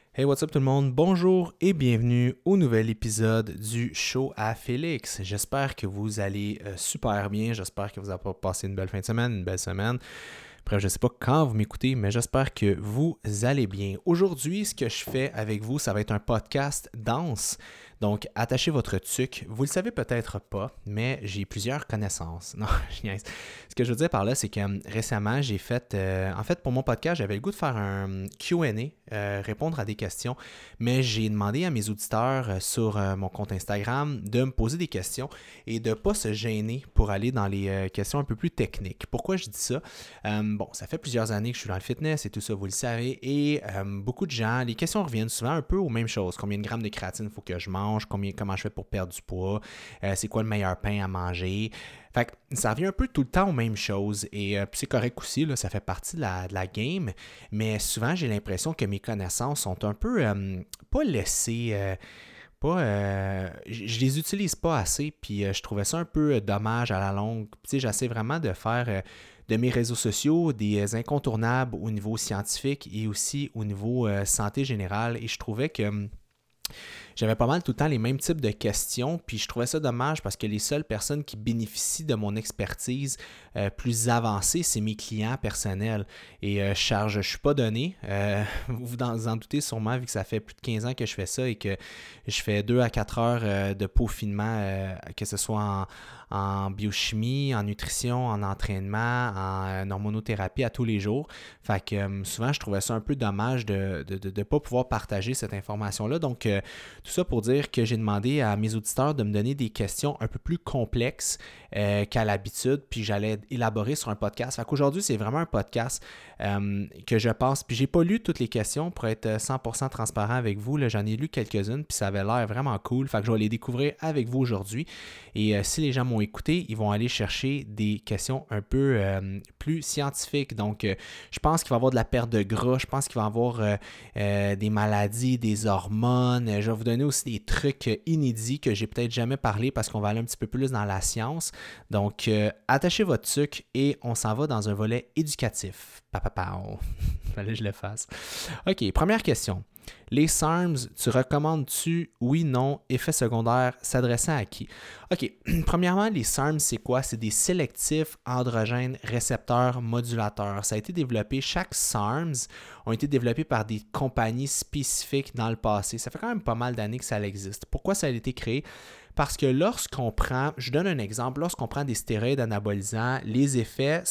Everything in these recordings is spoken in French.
Hey, what's up tout le monde? Bonjour et bienvenue au nouvel épisode du show à Félix. J'espère que vous allez super bien. J'espère que vous avez passé une belle fin de semaine, une belle semaine. Bref, je ne sais pas quand vous m'écoutez, mais j'espère que vous allez bien. Aujourd'hui, ce que je fais avec vous, ça va être un podcast danse. Donc, attachez votre tuque. Vous le savez peut-être pas, mais j'ai plusieurs connaissances. Non, je niaise. Ce que je veux dire par là, c'est que récemment, j'ai fait... en fait, pour mon podcast, j'avais le goût de faire un Q&A, répondre à des questions, mais j'ai demandé à mes auditeurs sur mon compte Instagram de me poser des questions et de ne pas se gêner pour aller dans les questions un peu plus techniques. Pourquoi je dis ça? Bon, ça fait plusieurs années que je suis dans le fitness et tout ça, vous le savez, et beaucoup de gens, les questions reviennent souvent un peu aux mêmes choses. Combien de grammes de créatine il faut que je mange? Comment je fais pour perdre du poids? C'est quoi le meilleur pain à manger? Fait que ça revient un peu tout le temps aux mêmes choses et c'est correct aussi, là, ça fait partie de la game, mais souvent j'ai l'impression que mes connaissances sont un peu pas laissées... je les utilise pas assez, puis je trouvais ça un peu dommage à la longue. Tu sais, j'essaie vraiment de faire de mes réseaux sociaux des incontournables au niveau scientifique et aussi au niveau santé générale. Et je trouvais que j'avais pas mal tout le temps les mêmes types de questions, puis je trouvais ça dommage parce que les seules personnes qui bénéficient de mon expertise plus avancée, c'est mes clients personnels. Et je suis pas donné. Vous vous en doutez sûrement, vu que ça fait plus de 15 ans que je fais ça et que je fais 2 à 4 heures de peaufinement, que ce soit en biochimie, en nutrition, en entraînement, en hormonothérapie à tous les jours. Fait que souvent, je trouvais ça un peu dommage de ne pas pouvoir partager cette information-là. Donc, tout ça pour dire que j'ai demandé à mes auditeurs de me donner des questions un peu plus complexes qu'à l'habitude, puis j'allais élaborer sur un podcast. Fait qu'aujourd'hui, c'est vraiment un podcast que je pense, puis j'ai pas lu toutes les questions pour être 100% transparent avec vous. Là, j'en ai lu quelques-unes, puis ça avait l'air vraiment cool. Fait que je vais les découvrir avec vous aujourd'hui. Et si les gens m'ont écouté, ils vont aller chercher des questions un peu plus scientifiques. Donc, je pense qu'il va y avoir de la perte de gras, je pense qu'il va y avoir des maladies, des hormones. Je vais vous donner aussi des trucs inédits que j'ai peut-être jamais parlé parce qu'on va aller un petit peu plus dans la science. Donc, attachez votre sucre et on s'en va dans un volet éducatif. Papapao. Fallait que je le fasse. OK, première question. Les SARMs, tu recommandes-tu, oui, non, effets secondaires s'adressant à qui? OK, premièrement, les SARMs, c'est quoi? C'est des sélectifs androgènes récepteurs modulateurs. Ça a été développé, chaque SARMs ont été développés par des compagnies spécifiques dans le passé. Ça fait quand même pas mal d'années que ça existe. Pourquoi ça a été créé? Parce que lorsqu'on prend, je donne un exemple, lorsqu'on prend des stéroïdes anabolisants, les effets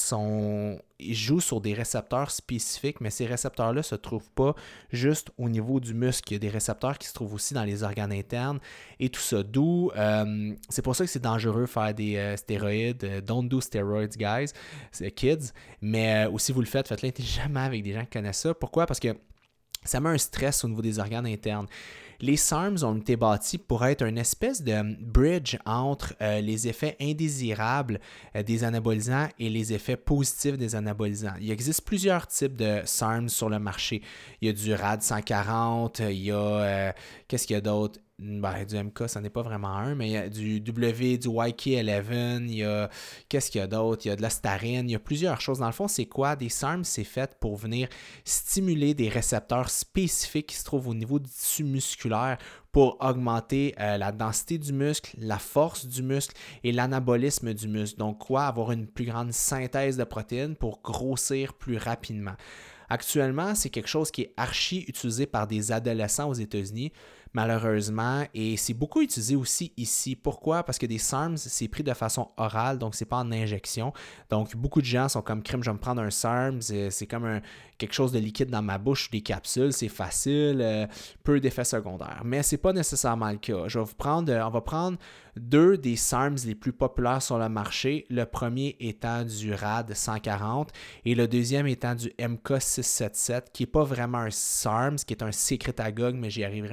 ils jouent sur des récepteurs spécifiques, mais ces récepteurs-là ne se trouvent pas juste au niveau du muscle. Il y a des récepteurs qui se trouvent aussi dans les organes internes et tout ça. D'où, c'est pour ça que c'est dangereux faire des stéroïdes. Don't do steroids, guys, kids. Mais aussi, vous le faites l'intelligemment avec des gens qui connaissent ça. Pourquoi? Parce que ça met un stress au niveau des organes internes. Les SARMs ont été bâtis pour être une espèce de bridge entre les effets indésirables des anabolisants et les effets positifs des anabolisants. Il existe plusieurs types de SARMs sur le marché. Il y a du RAD 140, il y a... qu'est-ce qu'il y a d'autre? Ben, du MK, ça n'est pas vraiment un, mais il y a du du YK11, il y a, qu'est-ce qu'il y a d'autre? Il y a de la starine, il y a plusieurs choses. Dans le fond, c'est quoi? Des SARMs, c'est fait pour venir stimuler des récepteurs spécifiques qui se trouvent au niveau du tissu musculaire pour augmenter la densité du muscle, la force du muscle et l'anabolisme du muscle. Donc quoi? Avoir une plus grande synthèse de protéines pour grossir plus rapidement. Actuellement, c'est quelque chose qui est archi utilisé par des adolescents aux États-Unis, malheureusement, et c'est beaucoup utilisé aussi ici. Pourquoi? Parce que des SARMs, c'est pris de façon orale, donc c'est pas en injection. Donc, beaucoup de gens sont comme crème, je vais me prendre un SARM, c'est comme quelque chose de liquide dans ma bouche, des capsules, c'est facile, peu d'effets secondaires. Mais c'est pas nécessairement le cas. On va prendre deux des SARMs les plus populaires sur le marché, le premier étant du RAD 140 et le deuxième étant du MK677, qui n'est pas vraiment un SARMs, qui est un sécrétagogue, mais j'y arriverai un petit peu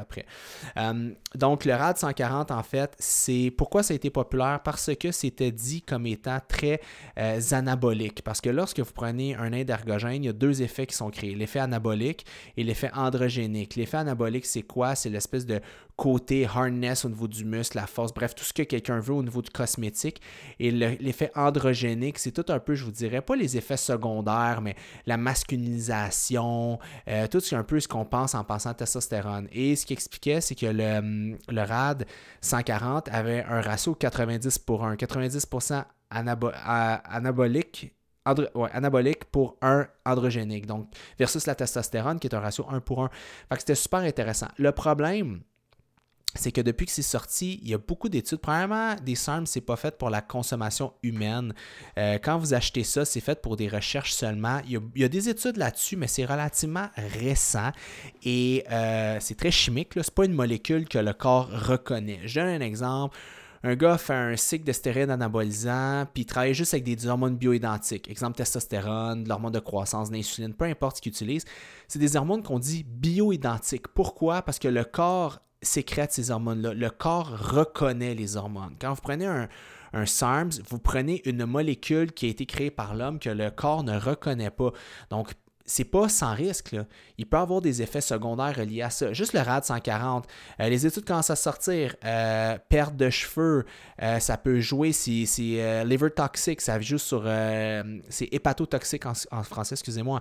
après. Donc, le RAD 140, en fait, c'est pourquoi ça a été populaire? Parce que c'était dit comme étant très anabolique. Parce que lorsque vous prenez un aide ergogène, il y a deux effets qui sont créés, l'effet anabolique et l'effet androgénique. L'effet anabolique, c'est quoi? C'est l'espèce de côté hardness au niveau du muscle, la force, bref, tout ce que quelqu'un veut au niveau du cosmétique. Et l'effet androgénique, c'est tout un peu, je vous dirais, pas les effets secondaires, mais la masculinisation, tout un peu ce qu'on pense en pensant à testostérone. Et ce qui expliquait, c'est que le RAD 140 avait un ratio 90/1. 90% anabolique, anabolique pour 1 androgénique. Donc, versus la testostérone qui est un ratio 1/1. Fait que c'était super intéressant. Le problème, c'est que depuis que c'est sorti, il y a beaucoup d'études. Premièrement, des SARMs, c'est pas fait pour la consommation humaine. Quand vous achetez ça, c'est fait pour des recherches seulement. Il y a des études là-dessus, mais c'est relativement récent et c'est très chimique. C'est pas une molécule que le corps reconnaît. Je donne un exemple. Un gars fait un cycle de stéroïdes anabolisants, puis il travaille juste avec des hormones bioidentiques. Exemple, testostérone, de l'hormone de croissance, d'insuline, peu importe ce qu'il utilise. C'est des hormones qu'on dit bioidentiques. Pourquoi? Parce que le corps sécrète ces hormones-là. Le corps reconnaît les hormones. Quand vous prenez un SARMs, vous prenez une molécule qui a été créée par l'homme que le corps ne reconnaît pas. Donc, c'est pas sans risque, là. Il peut y avoir des effets secondaires reliés à ça. Juste le RAD 140, les études commencent à sortir. Perte de cheveux, ça peut jouer, c'est liver toxic, ça joue sur... c'est hépatotoxique en français, excusez-moi.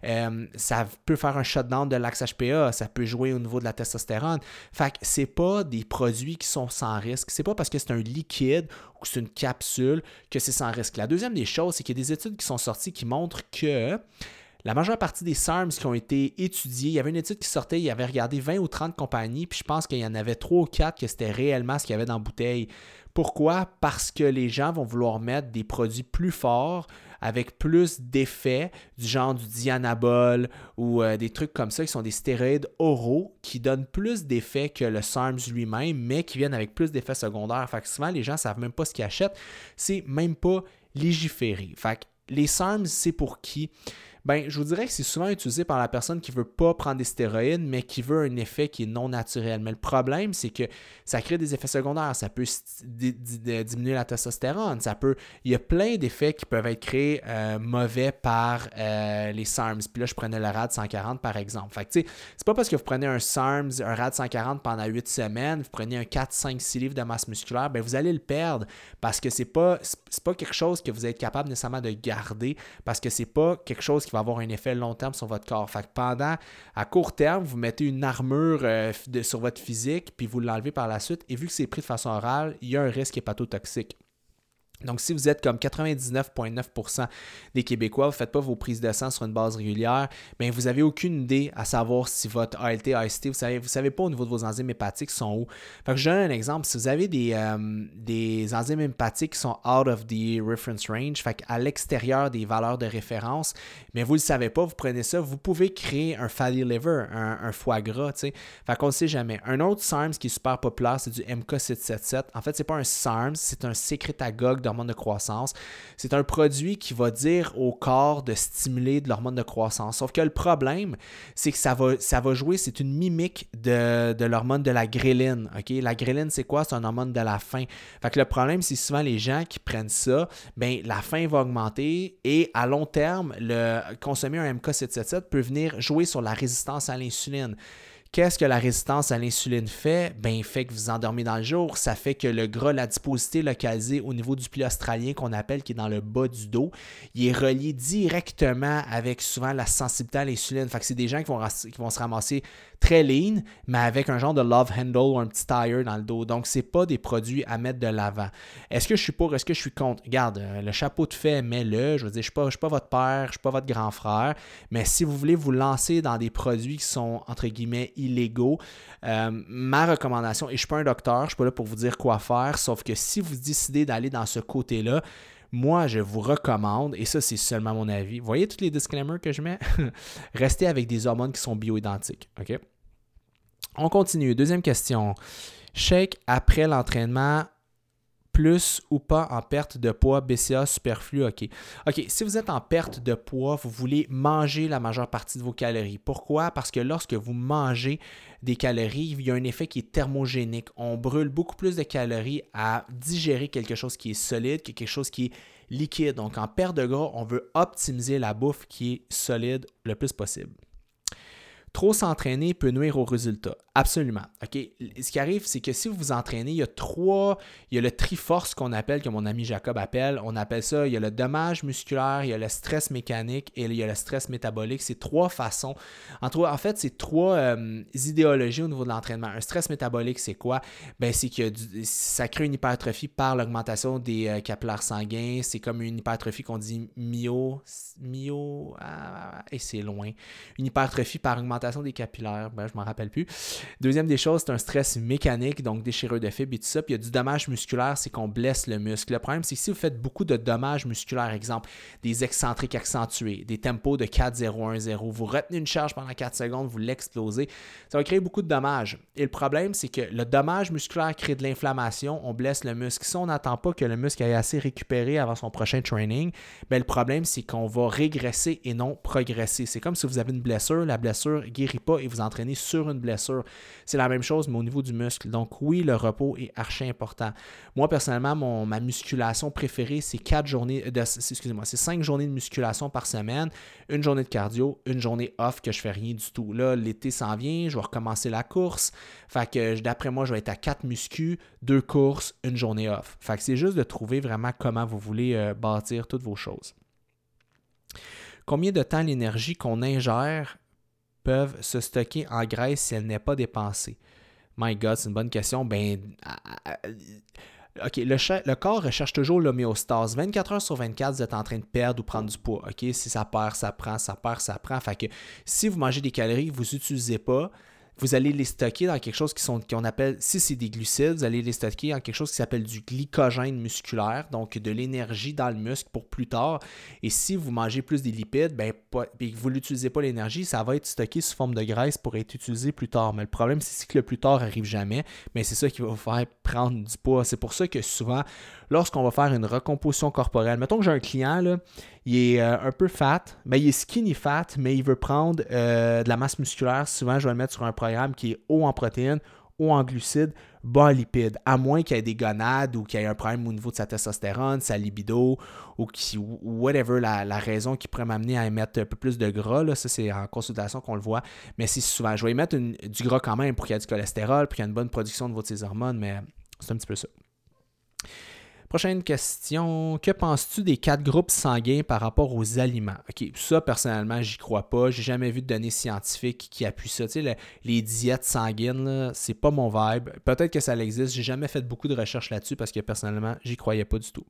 Ça peut faire un shutdown de l'axe-HPA, ça peut jouer au niveau de la testostérone. Fait que c'est pas des produits qui sont sans risque. C'est pas parce que c'est un liquide ou que c'est une capsule que c'est sans risque. La deuxième des choses, c'est qu'il y a des études qui sont sorties qui montrent que la majeure partie des SARMs qui ont été étudiés, il y avait une étude qui sortait, il avait regardé 20 ou 30 compagnies, puis je pense qu'il y en avait 3 ou 4 que c'était réellement ce qu'il y avait dans la bouteille. Pourquoi? Parce que les gens vont vouloir mettre des produits plus forts, avec plus d'effets, du genre du Dianabol ou des trucs comme ça qui sont des stéroïdes oraux qui donnent plus d'effets que le SARMs lui-même, mais qui viennent avec plus d'effets secondaires. Fait que souvent, les gens ne savent même pas ce qu'ils achètent. C'est même pas légiféré. Fait que les SARMs, c'est pour qui? Ben, je vous dirais que c'est souvent utilisé par la personne qui ne veut pas prendre des stéroïdes, mais qui veut un effet qui est non naturel. Mais le problème, c'est que ça crée des effets secondaires. Ça peut diminuer la testostérone. Il y a plein d'effets qui peuvent être créés mauvais par les SARMs. Puis là, je prenais le RAD 140 par exemple. Fait que, tu sais, c'est pas parce que vous prenez un SARMs, un RAD 140 pendant 8 semaines, vous prenez un 4, 5, 6 livres de masse musculaire, ben vous allez le perdre parce que c'est pas quelque chose que vous êtes capable nécessairement de garder parce que c'est pas quelque chose qui va avoir un effet long terme sur votre corps. Fait que à court terme, vous mettez une armure sur votre physique, puis vous l'enlevez par la suite, et vu que c'est pris de façon orale, il y a un risque hépatotoxique. Donc, si vous êtes comme 99,9% des Québécois, vous ne faites pas vos prises de sang sur une base régulière, bien, vous n'avez aucune idée à savoir si votre ALT, AST, vous ne savez pas au niveau de vos enzymes hépatiques sont où. Fait que je donne un exemple. Si vous avez des enzymes hépatiques qui sont out of the reference range, fait à l'extérieur des valeurs de référence, mais vous ne le savez pas, vous prenez ça, vous pouvez créer un fatty liver, un foie gras, tu sais. Fait qu'on ne sait jamais. Un autre SARMs qui est super populaire, c'est du MK777. En fait, ce n'est pas un SARMs, c'est un sécrétagogue d'hormones de croissance. C'est un produit qui va dire au corps de stimuler de l'hormone de croissance. Sauf que le problème, c'est que ça va jouer, c'est une mimique de l'hormone de la gréline. Okay? La gréline, c'est quoi? C'est un hormone de la faim. Fait que le problème, c'est souvent les gens qui prennent ça, ben, la faim va augmenter et à long terme, consommer un MK777 peut venir jouer sur la résistance à l'insuline. Qu'est-ce que la résistance à l'insuline fait? Ben, fait que vous endormez dans le jour. Ça fait que le gras, l'adiposité localisée au niveau du pli australien qu'on appelle, qui est dans le bas du dos, il est relié directement avec souvent la sensibilité à l'insuline. Fait que c'est des gens qui vont se ramasser très lean, mais avec un genre de love handle ou un petit tire dans le dos. Donc, c'est pas des produits à mettre de l'avant. Est-ce que je suis pour? Est-ce que je suis contre? Regarde, le chapeau de fait, mets-le. Je veux dire, je suis pas votre père, je suis pas votre grand frère, mais si vous voulez vous lancer dans des produits qui sont, entre guillemets, illégaux, ma recommandation, et je ne suis pas un docteur, je ne suis pas là pour vous dire quoi faire, sauf que si vous décidez d'aller dans ce côté-là, moi, je vous recommande, et ça, c'est seulement mon avis, vous voyez tous les disclaimers que je mets? Restez avec des hormones qui sont bioidentiques. OK? On continue. Deuxième question. Shake après l'entraînement plus ou pas en perte de poids, BCA superflu, OK. OK, si vous êtes en perte de poids, vous voulez manger la majeure partie de vos calories. Pourquoi? Parce que lorsque vous mangez des calories, il y a un effet qui est thermogénique. On brûle beaucoup plus de calories à digérer quelque chose qui est solide que quelque chose qui est liquide. Donc, en perte de gras, on veut optimiser la bouffe qui est solide le plus possible. Trop s'entraîner peut nuire aux résultats. Absolument. OK? Ce qui arrive, c'est que si vous vous entraînez, il y a le triforce qu'on appelle, que mon ami Jacob appelle. On appelle ça, il y a le dommage musculaire, il y a le stress mécanique et il y a le stress métabolique. C'est trois façons. En fait, c'est trois idéologies au niveau de l'entraînement. Un stress métabolique, c'est quoi? Ben, c'est que ça crée une hypertrophie par l'augmentation des capillaires sanguins. C'est comme une hypertrophie qu'on dit et c'est loin. Une hypertrophie par augmentation des capillaires, je ne m'en rappelle plus. Deuxième des choses, c'est un stress mécanique, donc déchirure de fibres et tout ça. Puis il y a du dommage musculaire, c'est qu'on blesse le muscle. Le problème, c'est que si vous faites beaucoup de dommages musculaires, exemple, des excentriques accentués, des tempos de 4-0-1-0, vous retenez une charge pendant 4 secondes, vous l'explosez, ça va créer beaucoup de dommages. Et le problème, c'est que le dommage musculaire crée de l'inflammation, on blesse le muscle. Si on n'attend pas que le muscle ait assez récupéré avant son prochain training, le problème, c'est qu'on va régresser et non progresser. C'est comme si vous avez une blessure, la blessure guérit pas et vous entraînez sur une blessure. C'est la même chose, mais au niveau du muscle. Donc oui, le repos est archi important. Moi, personnellement, ma musculation préférée, c'est 5 journées de musculation par semaine, une journée de cardio, une journée off que je fais rien du tout. Là, l'été s'en vient, je vais recommencer la course. Fait que d'après moi, je vais être à 4 muscu, 2 courses, une journée off. Fait que c'est juste de trouver vraiment comment vous voulez bâtir toutes vos choses. Combien de temps l'énergie qu'on ingère peuvent se stocker en graisse si elle n'est pas dépensée? My God, c'est une bonne question. OK, le corps recherche toujours l'homéostase. 24 heures sur 24, vous êtes en train de perdre ou prendre du poids. OK, si ça perd, ça prend, ça perd, ça prend. Fait que si vous mangez des calories que vous n'utilisez pas, vous allez les stocker dans quelque chose qu'on appelle, si c'est des glucides, vous allez les stocker dans quelque chose qui s'appelle du glycogène musculaire, donc de l'énergie dans le muscle pour plus tard. Et si vous mangez plus des lipides, et que vous n'utilisez pas l'énergie, ça va être stocké sous forme de graisse pour être utilisé plus tard. Mais le problème, c'est que le plus tard n'arrive jamais, mais c'est ça qui va vous faire prendre du poids. C'est pour ça que souvent, lorsqu'on va faire une recomposition corporelle, mettons que j'ai un client, là, il est un peu fat, mais il est skinny fat, mais il veut prendre de la masse musculaire. Souvent, je vais le mettre sur un programme qui est haut en protéines, haut en glucides, bas en lipides, à moins qu'il y ait des gonades ou qu'il y ait un problème au niveau de sa testostérone, sa libido ou whatever la raison qui pourrait m'amener à émettre un peu plus de gras. Là, ça, c'est en consultation qu'on le voit. Mais c'est souvent, je vais émettre du gras quand même pour qu'il y ait du cholestérol, pour qu'il y ait une bonne production au niveau de ses hormones, mais c'est un petit peu ça. Prochaine question. Que penses-tu des 4 groupes sanguins par rapport aux aliments? OK, ça, personnellement, j'y crois pas. J'ai jamais vu de données scientifiques qui appuient ça. Tu sais, les diètes sanguines, là, c'est pas mon vibe. Peut-être que ça existe. J'ai jamais fait beaucoup de recherches là-dessus parce que, personnellement, j'y croyais pas du tout.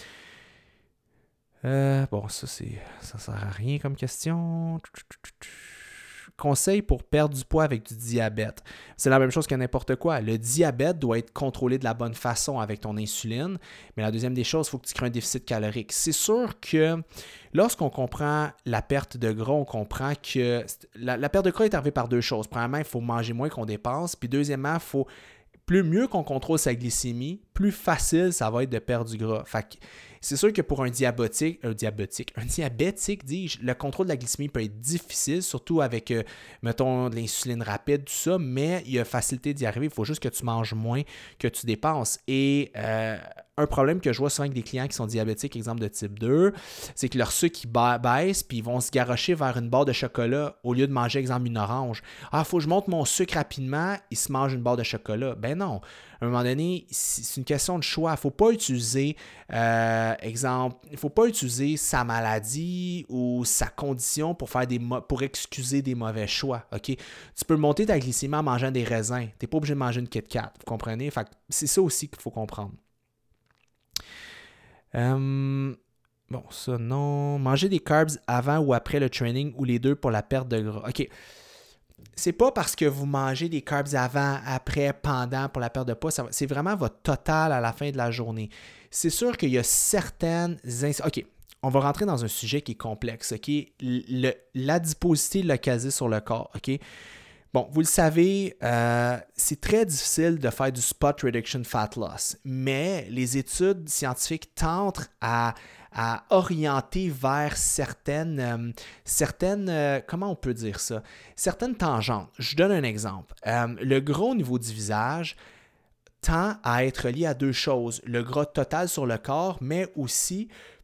Ça sert à rien comme question. Conseil pour perdre du poids avec du diabète. C'est la même chose que n'importe quoi. Le diabète doit être contrôlé de la bonne façon avec ton insuline. Mais la deuxième des choses, il faut que tu crées un déficit calorique. C'est sûr que lorsqu'on comprend la perte de gras, on comprend que la perte de gras est arrivée par deux choses. Premièrement, il faut manger moins qu'on dépense. Puis deuxièmement, il faut mieux qu'on contrôle sa glycémie, plus facile ça va être de perdre du gras. Fait que c'est sûr que pour un diabétique, dis-je, le contrôle de la glycémie peut être difficile, surtout avec, mettons, de l'insuline rapide, tout ça, mais il y a facilité d'y arriver. Il faut juste que tu manges moins que tu dépenses. Et un problème que je vois souvent avec des clients qui sont diabétiques, exemple de type 2, c'est que leur sucre baisse, puis ils vont se garrocher vers une barre de chocolat au lieu de manger, exemple, une orange. Ah, il faut que je monte mon sucre rapidement, ils se mangent une barre de chocolat. Ben non. À un moment donné, c'est une question de choix. Il ne faut pas utiliser, il faut pas utiliser sa maladie ou sa condition pour excuser des mauvais choix. Okay? Tu peux monter ta glycémie en mangeant des raisins. Tu n'es pas obligé de manger une Kit Kat. Vous comprenez? Fait que c'est ça aussi qu'il faut comprendre. Ça non. Manger des carbs avant ou après le training ou les deux pour la perte de gras. OK. C'est pas parce que vous mangez des carbs avant, après, pendant pour la perte de poids, c'est vraiment votre total à la fin de la journée. C'est sûr qu'il y a certaines... OK, on va rentrer dans un sujet qui est complexe, OK? L'adiposité localisée sur le corps, OK? Bon, vous le savez, c'est très difficile de faire du spot reduction fat loss, mais les études scientifiques tentent à orienter vers comment on peut dire ça? Certaines tangentes. Je donne un exemple. Le gras au niveau du visage tend à être lié à deux choses. Le gras total sur le corps, mais aussi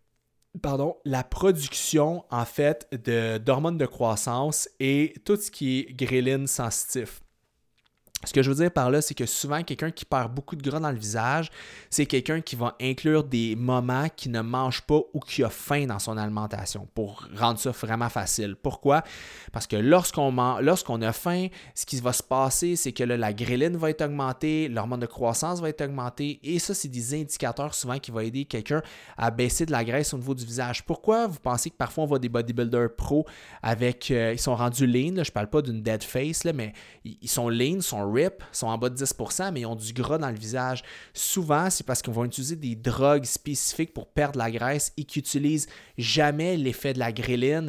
la production, en fait, d'hormones de croissance et tout ce qui est ghrelin sensitif. Ce que je veux dire par là, c'est que souvent, quelqu'un qui perd beaucoup de gras dans le visage, c'est quelqu'un qui va inclure des moments qui ne mange pas ou qui a faim dans son alimentation pour rendre ça vraiment facile. Pourquoi? Parce que lorsqu'on a faim, ce qui va se passer, c'est que là, la ghrelin va être augmentée, l'hormone de croissance va être augmentée et ça, c'est des indicateurs souvent qui vont aider quelqu'un à baisser de la graisse au niveau du visage. Pourquoi vous pensez que parfois on voit des bodybuilders pros avec, ils sont rendus lean, là, je ne parle pas d'une dead face, là, mais ils sont lean, sont RIP, sont en bas de 10%, mais ils ont du gras dans le visage. Souvent, c'est parce qu'ils vont utiliser des drogues spécifiques pour perdre la graisse et qu'ils n'utilisent jamais l'effet de la ghrelin,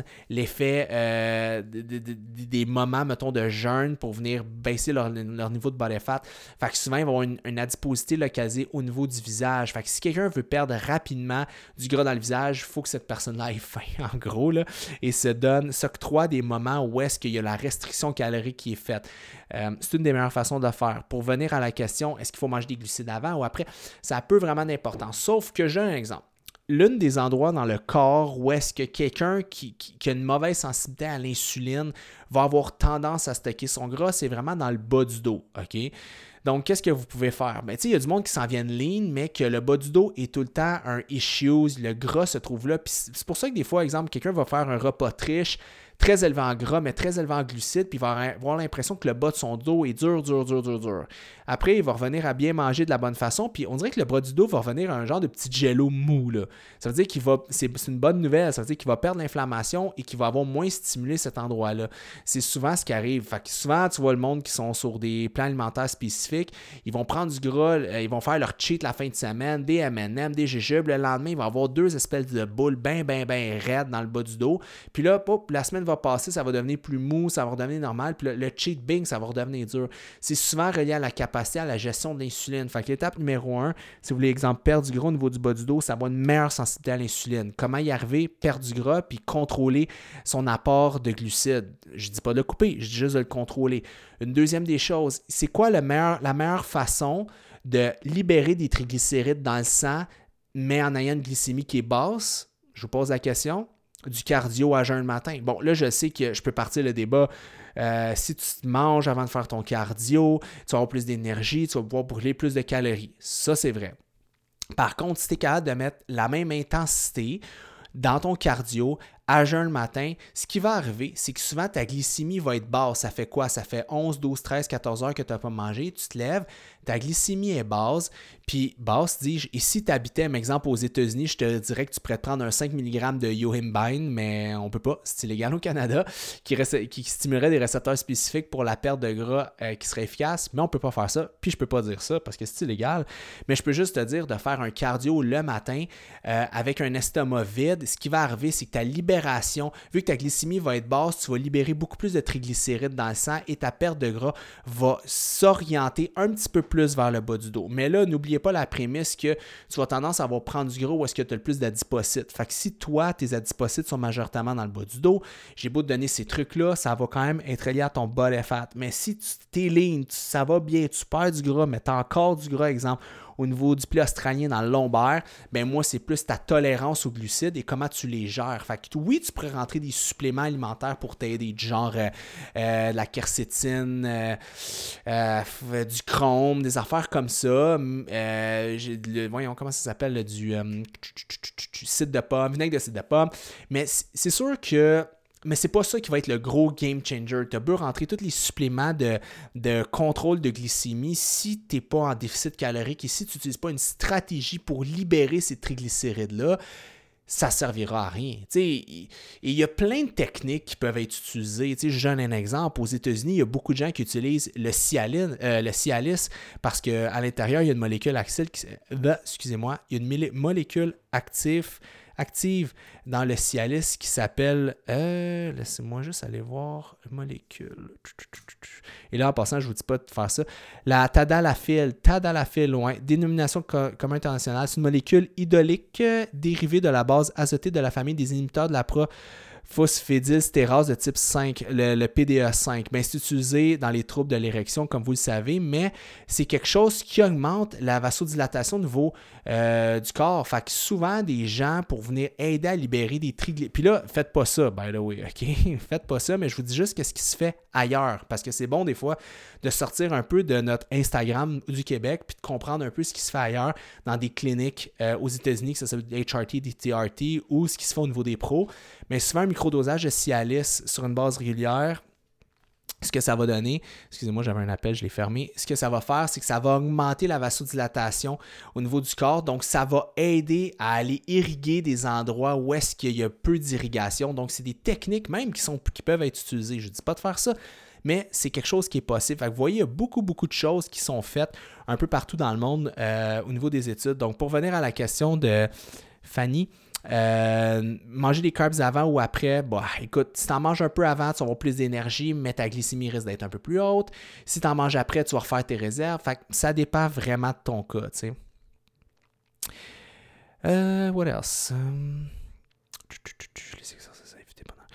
l'effet des moments, mettons, de jeûne pour venir baisser leur niveau de body fat. Fait que souvent, ils vont avoir une adiposité localisée au niveau du visage. Fait que si quelqu'un veut perdre rapidement du gras dans le visage, il faut que cette personne-là ait faim, en gros, là, et s'octroie des moments où est-ce qu'il y a la restriction calorique qui est faite. C'est une des meilleures façons de faire. Pour venir à la question, est-ce qu'il faut manger des glucides avant ou après? Ça a peu vraiment d'importance. Sauf que j'ai un exemple. L'un des endroits dans le corps où est-ce que quelqu'un qui a une mauvaise sensibilité à l'insuline va avoir tendance à stocker son gras, c'est vraiment dans le bas du dos. OK? Donc, qu'est-ce que vous pouvez faire? Ben, il y a du monde qui s'en vient lean, mais que le bas du dos est tout le temps un issue, le gras se trouve là. Puis c'est pour ça que des fois, exemple, quelqu'un va faire un repas triche, très élevé en gras, mais très élevé en glucides, puis il va avoir l'impression que le bas de son dos est dur. Après, il va revenir à bien manger de la bonne façon, puis on dirait que le bas du dos va revenir à un genre de petit jello mou, là. Ça veut dire c'est une bonne nouvelle, ça veut dire qu'il va perdre l'inflammation et qu'il va avoir moins stimulé cet endroit-là. C'est souvent ce qui arrive. Fait que souvent, tu vois le monde qui sont sur des plans alimentaires spécifiques, ils vont prendre du gras, ils vont faire leur cheat la fin de semaine, des M&M, des jujubes, le lendemain, il va avoir deux espèces de boules bien raides dans le bas du dos, puis là, la semaine va passer, ça va devenir plus mou, ça va redevenir normal, puis le cheat bing, ça va redevenir dur. C'est souvent relié à la capacité, à la gestion de l'insuline. Fait que l'étape numéro 1, si vous voulez, exemple, perdre du gras au niveau du bas du dos, ça va une meilleure sensibilité à l'insuline. Comment y arriver? Perdre du gras, puis contrôler son apport de glucides. Je dis pas de le couper, je dis juste de le contrôler. Une deuxième des choses, c'est quoi la meilleure façon de libérer des triglycérides dans le sang, mais en ayant une glycémie qui est basse? Je vous pose la question. Du cardio à jeun le matin. Bon, là, je sais que je peux partir le débat. Si tu manges avant de faire ton cardio, tu vas avoir plus d'énergie, tu vas pouvoir brûler plus de calories. Ça, c'est vrai. Par contre, si tu es capable de mettre la même intensité dans ton cardio à jeun le matin, ce qui va arriver, c'est que souvent ta glycémie va être basse. Ça fait quoi? Ça fait 11, 12, 13, 14 heures que tu n'as pas mangé. Tu te lèves, ta glycémie est basse. Puis basse, dis-je, et si tu habitais, par exemple, aux États-Unis, je te dirais que tu pourrais te prendre un 5 mg de yohimbine, mais on ne peut pas. C'est illégal au Canada, qui stimulerait des récepteurs spécifiques pour la perte de gras qui serait efficace, mais on ne peut pas faire ça. Puis je ne peux pas dire ça parce que c'est illégal. Mais je peux juste te dire de faire un cardio le matin avec un estomac vide. Ce qui va arriver, c'est que ta libération, vu que ta glycémie va être basse, tu vas libérer beaucoup plus de triglycérides dans le sang et ta perte de gras va s'orienter un petit peu plus vers le bas du dos. Mais là, n'oubliez pas la prémisse que tu vas tendance à avoir prendre du gras où est-ce que tu as le plus d'adipocytes. Fait que si toi, tes adipocytes sont majoritairement dans le bas du dos, j'ai beau te donner ces trucs-là, ça va quand même être lié à ton body fat. Mais si tu t'es lean, ça va bien, tu perds du gras, mais tu as encore du gras, exemple, au niveau du pli australien dans le lombaire, ben moi, c'est plus ta tolérance aux glucides et comment tu les gères. Fait que oui, tu pourrais rentrer des suppléments alimentaires pour t'aider, du genre de la quercétine, du chrome, des affaires comme ça. Voyons, comment ça s'appelle, du cidre de pomme, vinaigre de cidre de pomme. Mais c'est sûr que mais c'est pas ça qui va être le gros game changer. Tu as beau rentrer tous les suppléments de contrôle de glycémie si tu n'es pas en déficit calorique et si tu n'utilises pas une stratégie pour libérer ces triglycérides-là, ça ne servira à rien. Et il y a plein de techniques qui peuvent être utilisées. Je donne un exemple. Aux États-Unis, il y a beaucoup de gens qui utilisent le Cialis parce qu'à l'intérieur, il y a une molécule active il y a une molécule active dans le Cialis qui s'appelle, laissez-moi juste aller voir, molécule, Et là, en passant, je ne vous dis pas de faire ça. La tadalafil, ouais, dénomination commun internationale, c'est une molécule idolique dérivée de la base azotée de la famille des inhibiteurs de la phosphénylstérase de type 5, le PDE5. Bien, c'est utilisé dans les troubles de l'érection, comme vous le savez, mais c'est quelque chose qui augmente la vasodilatation au niveau du corps. Fait que souvent, des gens, pour venir aider à libérer des triglycérides... Puis là, faites pas ça, by the way, OK? Faites pas ça, mais je vous dis juste qu'est-ce qui se fait ailleurs. Parce que c'est bon, des fois, de sortir un peu de notre Instagram du Québec puis de comprendre un peu ce qui se fait ailleurs dans des cliniques aux États-Unis, que ça s'appelle HRT, DTRT, ou ce qui se fait au niveau des pros. Mais souvent, un microdosage de Cialis sur une base régulière, ce que ça va donner, excusez-moi, j'avais un appel, je l'ai fermé. Ce que ça va faire, c'est que ça va augmenter la vasodilatation au niveau du corps. Donc, ça va aider à aller irriguer des endroits où est-ce qu'il y a peu d'irrigation. Donc, c'est des techniques même qui peuvent être utilisées. Je ne dis pas de faire ça, mais c'est quelque chose qui est possible. Fait que vous voyez, il y a beaucoup de choses qui sont faites un peu partout dans le monde au niveau des études. Donc, pour venir à la question de Fanny, manger des carbs avant ou après, écoute, si tu en manges un peu avant, tu vas avoir plus d'énergie, mais ta glycémie risque d'être un peu plus haute. Si tu en manges après, tu vas refaire tes réserves. Fait que ça dépend vraiment de ton cas, tu sais. What else? Les exercices à éviter pendant.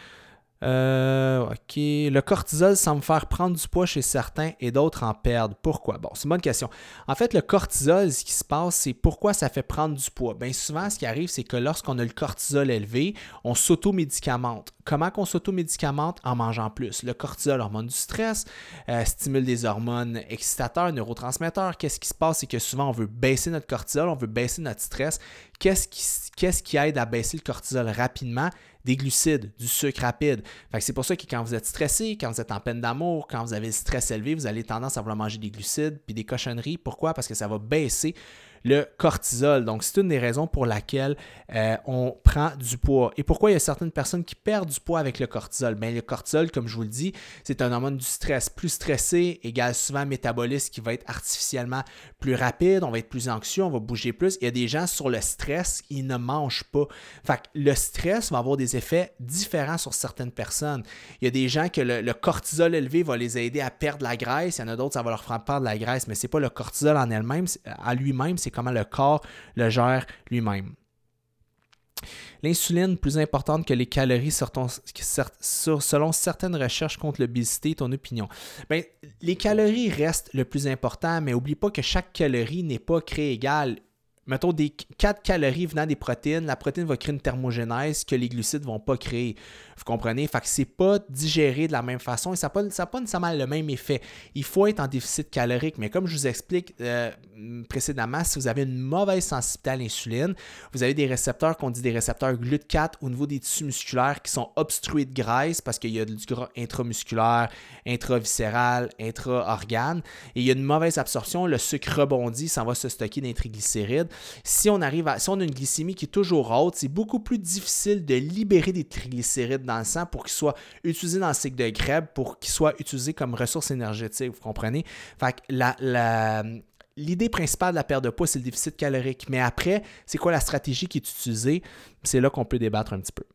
OK. Le cortisol semble faire prendre du poids chez certains et d'autres en perdent. Pourquoi? Bon, c'est une bonne question. En fait, le cortisol, ce qui se passe, c'est pourquoi ça fait prendre du poids. Bien souvent, ce qui arrive, c'est que lorsqu'on a le cortisol élevé, on s'auto-médicamente. Comment qu'on s'auto-médicamente? En mangeant plus. Le cortisol, hormone du stress, stimule des hormones excitateurs, neurotransmetteurs. Qu'est-ce qui se passe? C'est que souvent, on veut baisser notre cortisol, on veut baisser notre stress. Qu'est-ce qui aide à baisser le cortisol rapidement? Des glucides, du sucre rapide. Fait que c'est pour ça que quand vous êtes stressé, quand vous êtes en peine d'amour, quand vous avez le stress élevé, vous avez tendance à vouloir manger des glucides puis des cochonneries. Pourquoi? Parce que ça va baisser le cortisol. Donc, c'est une des raisons pour laquelle on prend du poids. Et pourquoi il y a certaines personnes qui perdent du poids avec le cortisol? Bien, le cortisol, comme je vous le dis, c'est un hormone du stress. Plus stressé égale souvent un métabolisme qui va être artificiellement plus rapide, on va être plus anxieux, on va bouger plus. Il y a des gens sur le stress, ils ne mangent pas. Fait que le stress va avoir des effets différents sur certaines personnes. Il y a des gens que le cortisol élevé va les aider à perdre la graisse. Il y en a d'autres, ça va leur faire perdre la graisse, mais ce n'est pas le cortisol en elle-même, à lui-même, c'est comment le corps le gère lui-même. L'insuline, plus importante que les calories selon certaines recherches contre l'obésité, ton opinion? Bien, les calories restent le plus important, mais n'oublie pas que chaque calorie n'est pas créée égale. Mettons des 4 calories venant des protéines, la protéine va créer une thermogénèse que les glucides ne vont pas créer. Vous comprenez? Fait que c'est pas digéré de la même façon et ça n'a pas nécessairement le même effet. Il faut être en déficit calorique, mais comme je vous explique précédemment, si vous avez une mauvaise sensibilité à l'insuline, vous avez des récepteurs qu'on dit des récepteurs GLUT4 au niveau des tissus musculaires qui sont obstrués de graisse parce qu'il y a du gras intramusculaire, intraviscéral, intra-organe et il y a une mauvaise absorption, le sucre rebondit, ça va se stocker dans les triglycérides. Si on a une glycémie qui est toujours haute, c'est beaucoup plus difficile de libérer des triglycérides dans le sang pour qu'ils soient utilisés dans le cycle de Krebs, pour qu'ils soient utilisés comme ressources énergétiques, vous comprenez? Fait que l'idée principale de la perte de poids, c'est le déficit calorique. Mais après, c'est quoi la stratégie qui est utilisée? C'est là qu'on peut débattre un petit peu.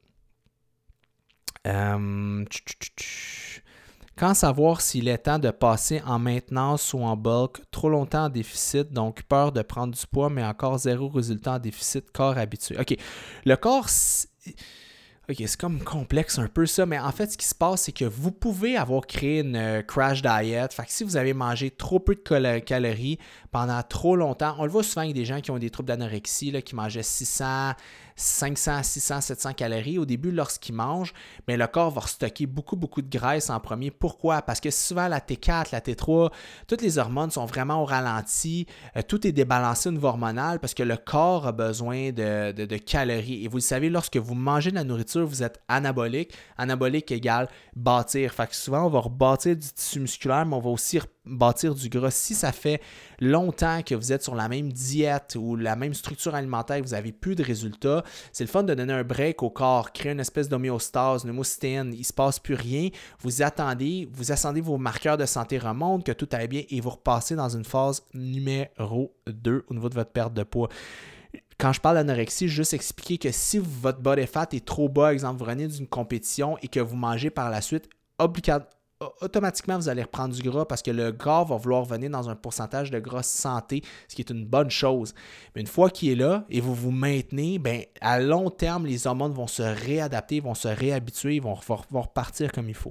Quand savoir s'il est temps de passer en maintenance ou en bulk, trop longtemps en déficit, donc peur de prendre du poids, mais encore zéro résultat en déficit, corps habitué. OK, le corps, OK, c'est comme complexe un peu ça, mais en fait, ce qui se passe, c'est que vous pouvez avoir créé une crash diet. Fait que si vous avez mangé trop peu de calories pendant trop longtemps, on le voit souvent avec des gens qui ont des troubles d'anorexie, là, qui mangeaient 500, 600, 700 calories. Au début, lorsqu'ils mangent, bien, le corps va stocker beaucoup de graisse en premier. Pourquoi? Parce que souvent, la T4, la T3, toutes les hormones sont vraiment au ralenti. Tout est débalancé au niveau hormonal parce que le corps a besoin de calories. Et vous le savez, lorsque vous mangez de la nourriture, vous êtes anabolique. Anabolique égale bâtir. Fait que souvent, on va rebâtir du tissu musculaire, mais on va aussi bâtir du gras. Si ça fait longtemps que vous êtes sur la même diète ou la même structure alimentaire et que vous n'avez plus de résultats, c'est le fun de donner un break au corps, créer une espèce d'homéostase, une homocystéine. Il ne se passe plus rien. Vous attendez vos marqueurs de santé remontent, que tout aille bien et vous repassez dans une phase numéro 2 au niveau de votre perte de poids. Quand je parle d'anorexie, juste expliquer que si votre body fat est trop bas, exemple, vous venez d'une compétition et que vous mangez par la suite, automatiquement, vous allez reprendre du gras parce que le corps va vouloir venir dans un pourcentage de gras santé, ce qui est une bonne chose. Mais une fois qu'il est là et vous vous maintenez, bien, à long terme, les hormones vont se réadapter, vont se réhabituer, vont repartir comme il faut.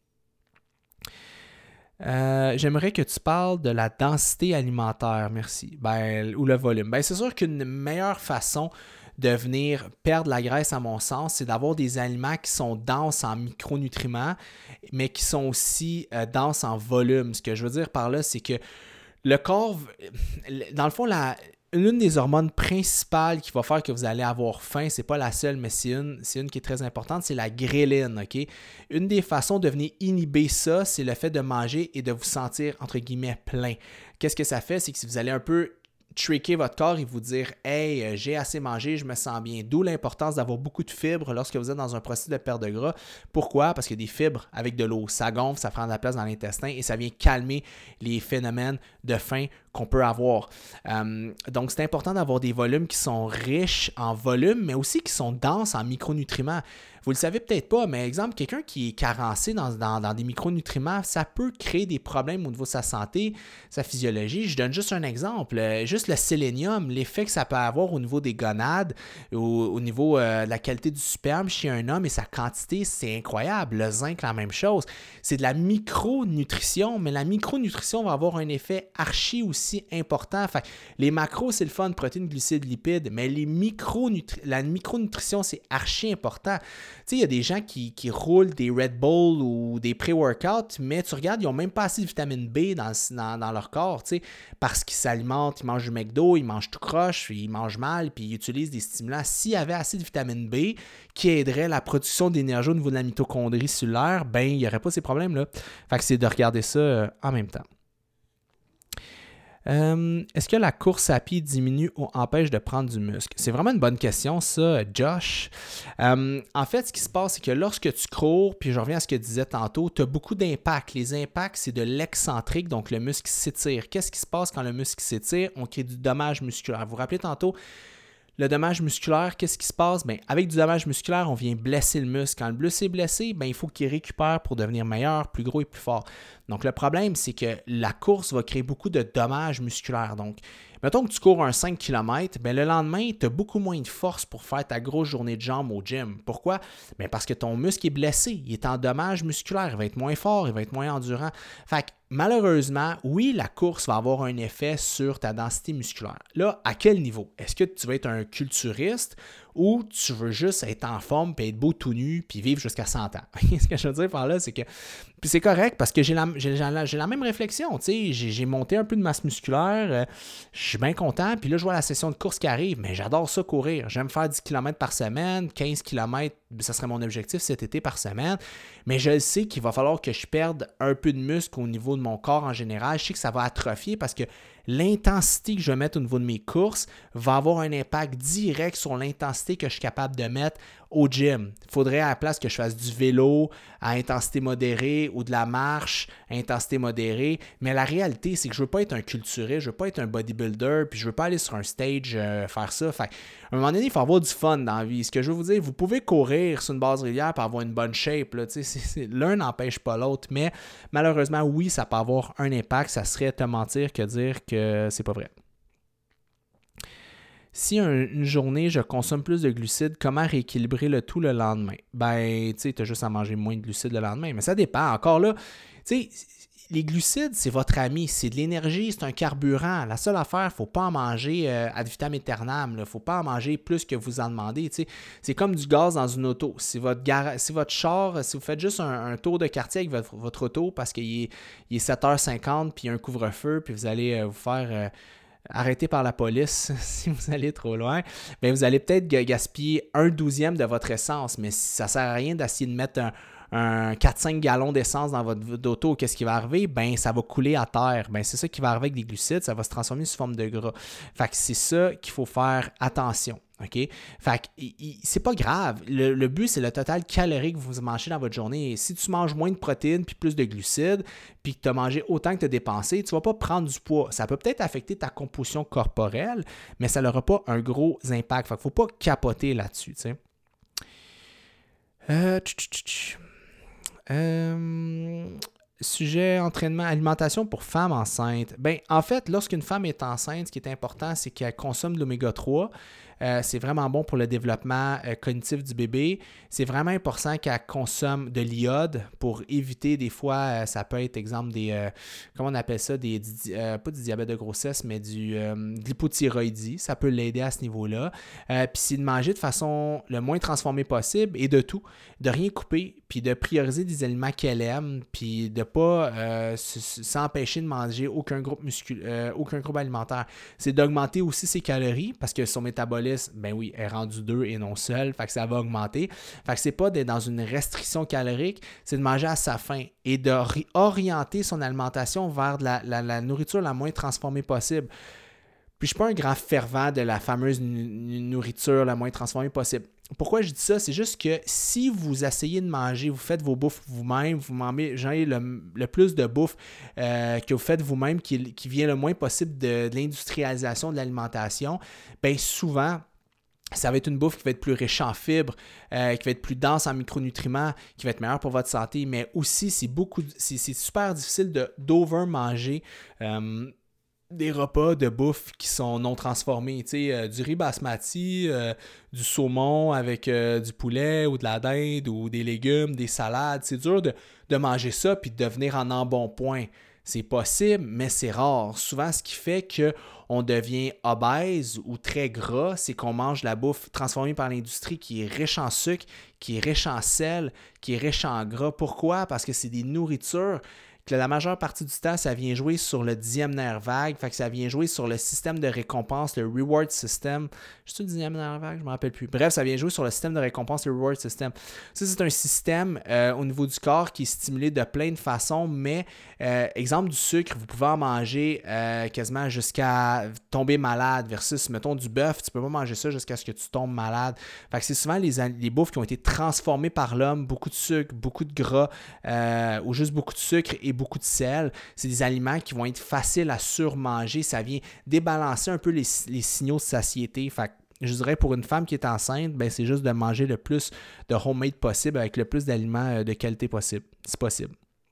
J'aimerais que tu parles de la densité alimentaire, merci, ou le volume. C'est sûr qu'une meilleure façon de venir perdre la graisse, à mon sens, c'est d'avoir des aliments qui sont denses en micronutriments, mais qui sont aussi denses en volume. Ce que je veux dire par là, c'est que le corps, dans le fond, l'une des hormones principales qui va faire que vous allez avoir faim, c'est pas la seule, mais c'est une qui est très importante, c'est la gréline, OK? Une des façons de venir inhiber ça, c'est le fait de manger et de vous sentir, entre guillemets, plein. Qu'est-ce que ça fait? C'est que si vous allez un peu tricker votre corps et vous dire « Hey, j'ai assez mangé, je me sens bien ». D'où l'importance d'avoir beaucoup de fibres lorsque vous êtes dans un processus de perte de gras. Pourquoi? Parce que des fibres avec de l'eau, ça gonfle, ça prend de la place dans l'intestin et ça vient calmer les phénomènes de faim qu'on peut avoir. Donc, c'est important d'avoir des volumes qui sont riches en volume, mais aussi qui sont denses en micronutriments. Vous le savez peut-être pas, mais exemple, quelqu'un qui est carencé dans des micronutriments, ça peut créer des problèmes au niveau de sa santé, sa physiologie. Je donne juste un exemple. Juste le sélénium, l'effet que ça peut avoir au niveau des gonades, au niveau de la qualité du sperme chez un homme et sa quantité, c'est incroyable. Le zinc, la même chose. C'est de la micronutrition, mais la micronutrition va avoir un effet archi aussi important. Fait, les macros, c'est le fun, protéines, glucides, lipides, mais la micronutrition, c'est archi important. Tu sais, il y a des gens qui roulent des Red Bull ou des pré-workouts, mais tu regardes, ils n'ont même pas assez de vitamine B dans leur corps, tu sais, parce qu'ils s'alimentent, ils mangent du McDo, ils mangent tout croche, ils mangent mal, puis ils utilisent des stimulants. S'il y avait assez de vitamine B qui aiderait la production d'énergie au niveau de la mitochondrie cellulaire, ben il n'y aurait pas ces problèmes-là. Fait que c'est de regarder ça en même temps. Est-ce que la course à pied diminue ou empêche de prendre du muscle? C'est vraiment une bonne question, ça, Josh. En fait, ce qui se passe, c'est que lorsque tu cours, puis je reviens à ce que je disais tantôt, tu as beaucoup d'impacts. Les impacts, c'est de l'excentrique, donc le muscle s'étire. Qu'est-ce qui se passe quand le muscle s'étire? On crée du dommage musculaire. Vous vous rappelez tantôt, le dommage musculaire, qu'est-ce qui se passe? Bien, avec du dommage musculaire, on vient blesser le muscle. Quand le muscle est blessé, bien, il faut qu'il récupère pour devenir meilleur, plus gros et plus fort. Donc, le problème, c'est que la course va créer beaucoup de dommages musculaires. Donc, mettons que tu cours un 5 km, bien, le lendemain, tu as beaucoup moins de force pour faire ta grosse journée de jambes au gym. Pourquoi? Bien, parce que ton muscle est blessé. Il est en dommage musculaire. Il va être moins fort, il va être moins endurant. Fait que, malheureusement, oui, la course va avoir un effet sur ta densité musculaire. Là, à quel niveau? Est-ce que tu vas être un culturiste ou tu veux juste être en forme, puis être beau tout nu, puis vivre jusqu'à 100 ans? Ce que je veux dire par là, c'est que puis c'est correct parce que j'ai la même réflexion. Tu sais, j'ai monté un peu de masse musculaire, je suis bien content, puis là, je vois la session de course qui arrive, mais j'adore ça courir. J'aime faire 10 km par semaine, 15 km, ça serait mon objectif cet été par semaine, mais je sais qu'il va falloir que je perde un peu de muscle au niveau de mon corps en général. Je sais que ça va atrophier parce que l'intensité que je vais mettre au niveau de mes courses va avoir un impact direct sur l'intensité que je suis capable de mettre au gym. Il faudrait à la place que je fasse du vélo à intensité modérée ou de la marche à intensité modérée. Mais la réalité, c'est que je ne veux pas être un culturiste, je ne veux pas être un bodybuilder, puis je ne veux pas aller sur un stage faire ça. Fait, à un moment donné, il faut avoir du fun dans la vie. Ce que je veux vous dire, vous pouvez courir sur une base régulière pour avoir une bonne shape. Là, l'un n'empêche pas l'autre, mais malheureusement, oui, ça peut avoir un impact. Ça serait te mentir que dire que c'est pas vrai. Si une journée, je consomme plus de glucides, comment rééquilibrer le tout le lendemain? Ben, tu sais, tu as juste à manger moins de glucides le lendemain. Mais ça dépend. Encore là, tu sais, les glucides, c'est votre ami. C'est de l'énergie, c'est un carburant. La seule affaire, il ne faut pas en manger ad vitam aeternam. Il ne faut pas en manger plus que vous en demandez. Tu sais. C'est comme du gaz dans une auto. Si votre char, si vous faites juste un tour de quartier avec votre auto parce qu'il est 7h50 puis il y a un couvre-feu, puis vous allez vous faire... arrêté par la police si vous allez trop loin, bien, vous allez peut-être gaspiller 1/12 de votre essence, mais ça ne sert à rien d'essayer de mettre un 4-5 gallons d'essence dans votre auto. Qu'est-ce qui va arriver? Ben, ça va couler à terre. Ben, c'est ça qui va arriver avec des glucides, ça va se transformer sous forme de gras. Fait que c'est ça qu'il faut faire attention. OK? Fait que c'est pas grave. Le but, c'est le total calorique que vous mangez dans votre journée. Et si tu manges moins de protéines puis plus de glucides, puis que tu as mangé autant que tu as dépensé, tu ne vas pas prendre du poids. Ça peut peut-être affecter ta composition corporelle, mais ça n'aura pas un gros impact. Fait qu'il ne faut pas capoter là-dessus. Tu sais. Sujet entraînement, alimentation pour femmes enceintes. Ben, en fait, lorsqu'une femme est enceinte, ce qui est important, c'est qu'elle consomme de l'oméga 3. C'est vraiment bon pour le développement cognitif du bébé. C'est vraiment important qu'elle consomme de l'iode pour éviter des fois, ça peut être exemple comment on appelle ça, pas du diabète de grossesse, mais de l'hypothyroïdie. Ça peut l'aider à ce niveau-là. Puis c'est de manger de façon le moins transformée possible et de tout, de rien couper, puis de prioriser des aliments qu'elle aime, puis de ne pas s'empêcher de manger aucun groupe alimentaire. C'est d'augmenter aussi ses calories parce que son métabolisme, ben oui, est rendu 2 et non seul, fait que ça va augmenter. Fait que c'est pas d'être dans une restriction calorique, c'est de manger à sa faim et d'orienter son alimentation vers la nourriture la moins transformée possible. Puis je ne suis pas un grand fervent de la fameuse nourriture la moins transformée possible. Pourquoi je dis ça? C'est juste que si vous essayez de manger, vous faites vos bouffes vous-même, vous mangez le plus de bouffe que vous faites vous-même qui vient le moins possible de l'industrialisation de l'alimentation, bien souvent, ça va être une bouffe qui va être plus riche en fibres, qui va être plus dense en micronutriments, qui va être meilleure pour votre santé, mais aussi c'est super difficile d'over-manger des repas de bouffe qui sont non transformés, du riz basmati, du saumon avec du poulet ou de la dinde ou des légumes, des salades. C'est dur de manger ça puis de devenir en embonpoint. C'est possible, mais c'est rare. Souvent, ce qui fait qu'on devient obèse ou très gras, c'est qu'on mange la bouffe transformée par l'industrie qui est riche en sucre, qui est riche en sel, qui est riche en gras. Pourquoi? Parce que c'est des nourritures que la majeure partie du temps, ça vient jouer sur le 10e nerf vague, fait que ça vient jouer sur le système de récompense, le reward system. C'est le 10e nerf vague, je ne me rappelle plus. Bref, ça vient jouer sur le système de récompense, le reward system. Ça, c'est un système au niveau du corps qui est stimulé de plein de façons, mais exemple du sucre, vous pouvez en manger quasiment jusqu'à tomber malade versus, mettons, du bœuf, tu ne peux pas manger ça jusqu'à ce que tu tombes malade. Fait que c'est souvent les bouffes qui ont été transformées par l'homme, beaucoup de sucre, beaucoup de gras ou juste beaucoup de sucre et beaucoup de sel. C'est des aliments qui vont être faciles à surmanger. Ça vient débalancer un peu les signaux de satiété. Fait que je dirais pour une femme qui est enceinte, ben c'est juste de manger le plus de homemade possible avec le plus d'aliments de qualité possible. C'est possible.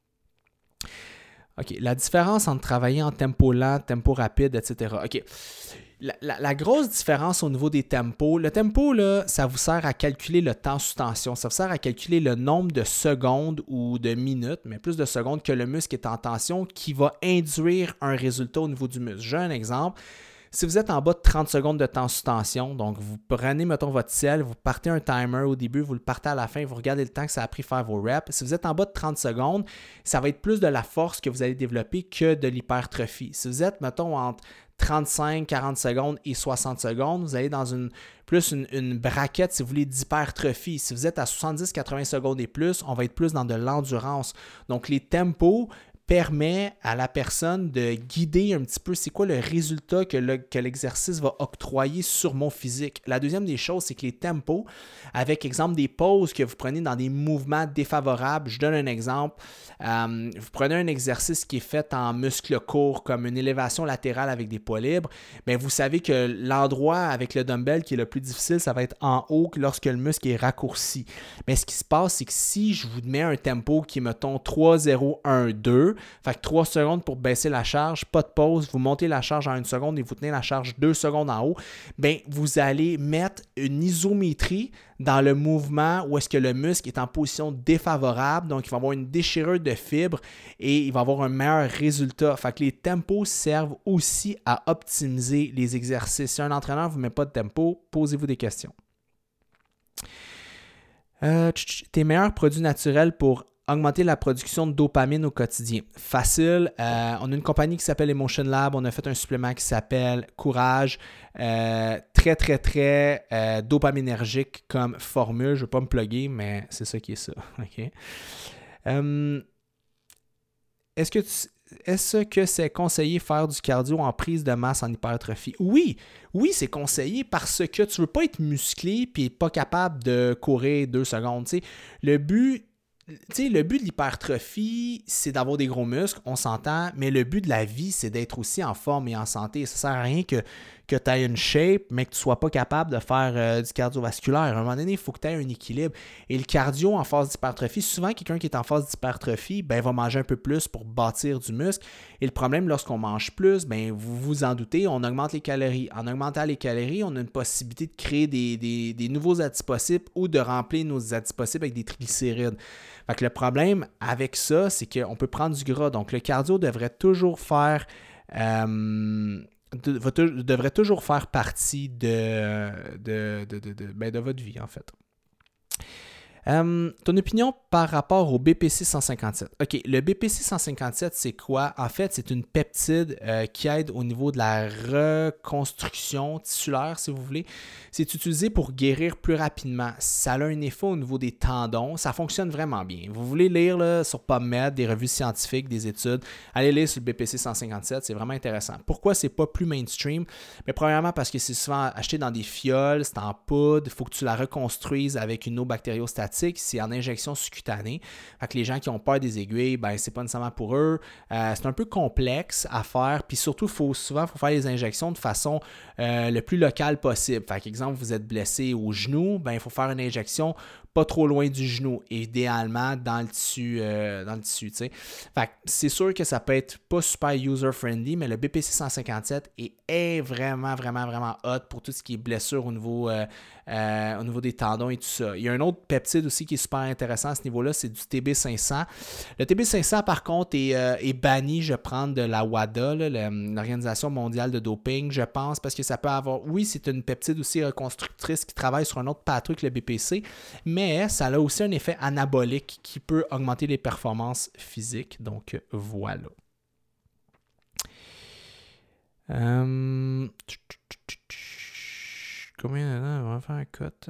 OK. La différence entre travailler en tempo lent, tempo rapide, etc. OK. La grosse différence au niveau des tempos, le tempo, là, ça vous sert à calculer le temps sous tension. Ça vous sert à calculer le nombre de secondes ou de minutes, mais plus de secondes que le muscle est en tension qui va induire un résultat au niveau du muscle. J'ai un exemple. Si vous êtes en bas de 30 secondes de temps sous tension, donc vous prenez, mettons, votre sel, vous partez un timer au début, vous le partez à la fin, vous regardez le temps que ça a pris faire vos reps. Si vous êtes en bas de 30 secondes, ça va être plus de la force que vous allez développer que de l'hypertrophie. Si vous êtes, mettons, entre 35, 40 secondes et 60 secondes, vous allez dans une braquette, si vous voulez, d'hypertrophie. Si vous êtes à 70, 80 secondes et plus, on va être plus dans de l'endurance. Donc, les tempos permet à la personne de guider un petit peu c'est quoi le résultat que l'exercice va octroyer sur mon physique. La deuxième des choses, c'est que les tempos, avec exemple des pauses que vous prenez dans des mouvements défavorables, je donne un exemple, vous prenez un exercice qui est fait en muscle court, comme une élévation latérale avec des poids libres, bien, vous savez que l'endroit avec le dumbbell qui est le plus difficile, ça va être en haut lorsque le muscle est raccourci. Mais ce qui se passe, c'est que si je vous mets un tempo qui est, mettons, 3, 0, 1, 2, fait que 3 secondes pour baisser la charge, pas de pause, vous montez la charge en 1 seconde et vous tenez la charge 2 secondes en haut, bien, vous allez mettre une isométrie dans le mouvement où est-ce que le muscle est en position défavorable, donc il va avoir une déchirure de fibres et il va avoir un meilleur résultat. Fait que les tempos servent aussi à optimiser les exercices. Si un entraîneur ne vous met pas de tempo, posez-vous des questions. Tes meilleurs produits naturels pour augmenter la production de dopamine au quotidien. Facile. On a une compagnie qui s'appelle Emotion Lab. On a fait un supplément qui s'appelle Courage. Très, très, très dopaminergique comme formule. Je ne veux pas me plugger, mais c'est ça qui est ça. Okay. Est-ce que c'est conseillé faire du cardio en prise de masse en hypertrophie? Oui, c'est conseillé parce que tu ne veux pas être musclé et pas capable de courir 2 secondes. T'sais. Le but sais, le but de l'hypertrophie, c'est d'avoir des gros muscles, on s'entend, mais le but de la vie, c'est d'être aussi en forme et en santé. Ça sert à rien que tu aies une shape, mais que tu ne sois pas capable de faire du cardiovasculaire. À un moment donné, il faut que tu aies un équilibre. Et le cardio en phase d'hypertrophie, souvent, quelqu'un qui est en phase d'hypertrophie, ben, va manger un peu plus pour bâtir du muscle. Et le problème, lorsqu'on mange plus, ben, vous vous en doutez, on augmente les calories. En augmentant les calories, on a une possibilité de créer des nouveaux adipocytes ou de remplir nos adipocytes avec des triglycérides. Fait que le problème avec ça, c'est qu'on peut prendre du gras. Donc, le cardio devrait toujours faire devrait toujours faire partie de votre vie, en fait. Ton opinion par rapport au BPC 157. OK, le BPC 157, c'est quoi? En fait, c'est une peptide qui aide au niveau de la reconstruction tissulaire, si vous voulez. C'est utilisé pour guérir plus rapidement. Ça a un effet au niveau des tendons. Ça fonctionne vraiment bien. Vous voulez lire là, sur PubMed, des revues scientifiques, des études, allez lire sur le BPC 157, c'est vraiment intéressant. Pourquoi c'est pas plus mainstream? Mais premièrement, parce que c'est souvent acheté dans des fioles, c'est en poudre, il faut que tu la reconstruises avec une eau bactériostatique. C'est en injection sous-cutanée. Fait que les gens qui ont peur des aiguilles, ben c'est pas nécessairement pour eux. C'est un peu complexe à faire. Puis surtout, souvent, il faut faire les injections de façon le plus locale possible. Fait qu'exemple, vous êtes blessé au genou, ben il faut faire une injection pas trop loin du genou, idéalement dans le tissu, tu sais. Fait que c'est sûr que ça peut être pas super user-friendly, mais le BPC 157 est vraiment, vraiment, vraiment hot pour tout ce qui est blessure au niveau des tendons et tout ça. Il y a un autre peptide aussi qui est super intéressant à ce niveau-là, c'est du TB500. Le TB500, par contre, est banni, je prends, de la WADA, là, l'Organisation mondiale de doping, je pense, parce que ça peut avoir... Oui, c'est une peptide aussi reconstructrice qui travaille sur un autre pathway que le BPC, mais ça a aussi un effet anabolique qui peut augmenter les performances physiques. Donc, voilà. Combien de temps on va faire un cut?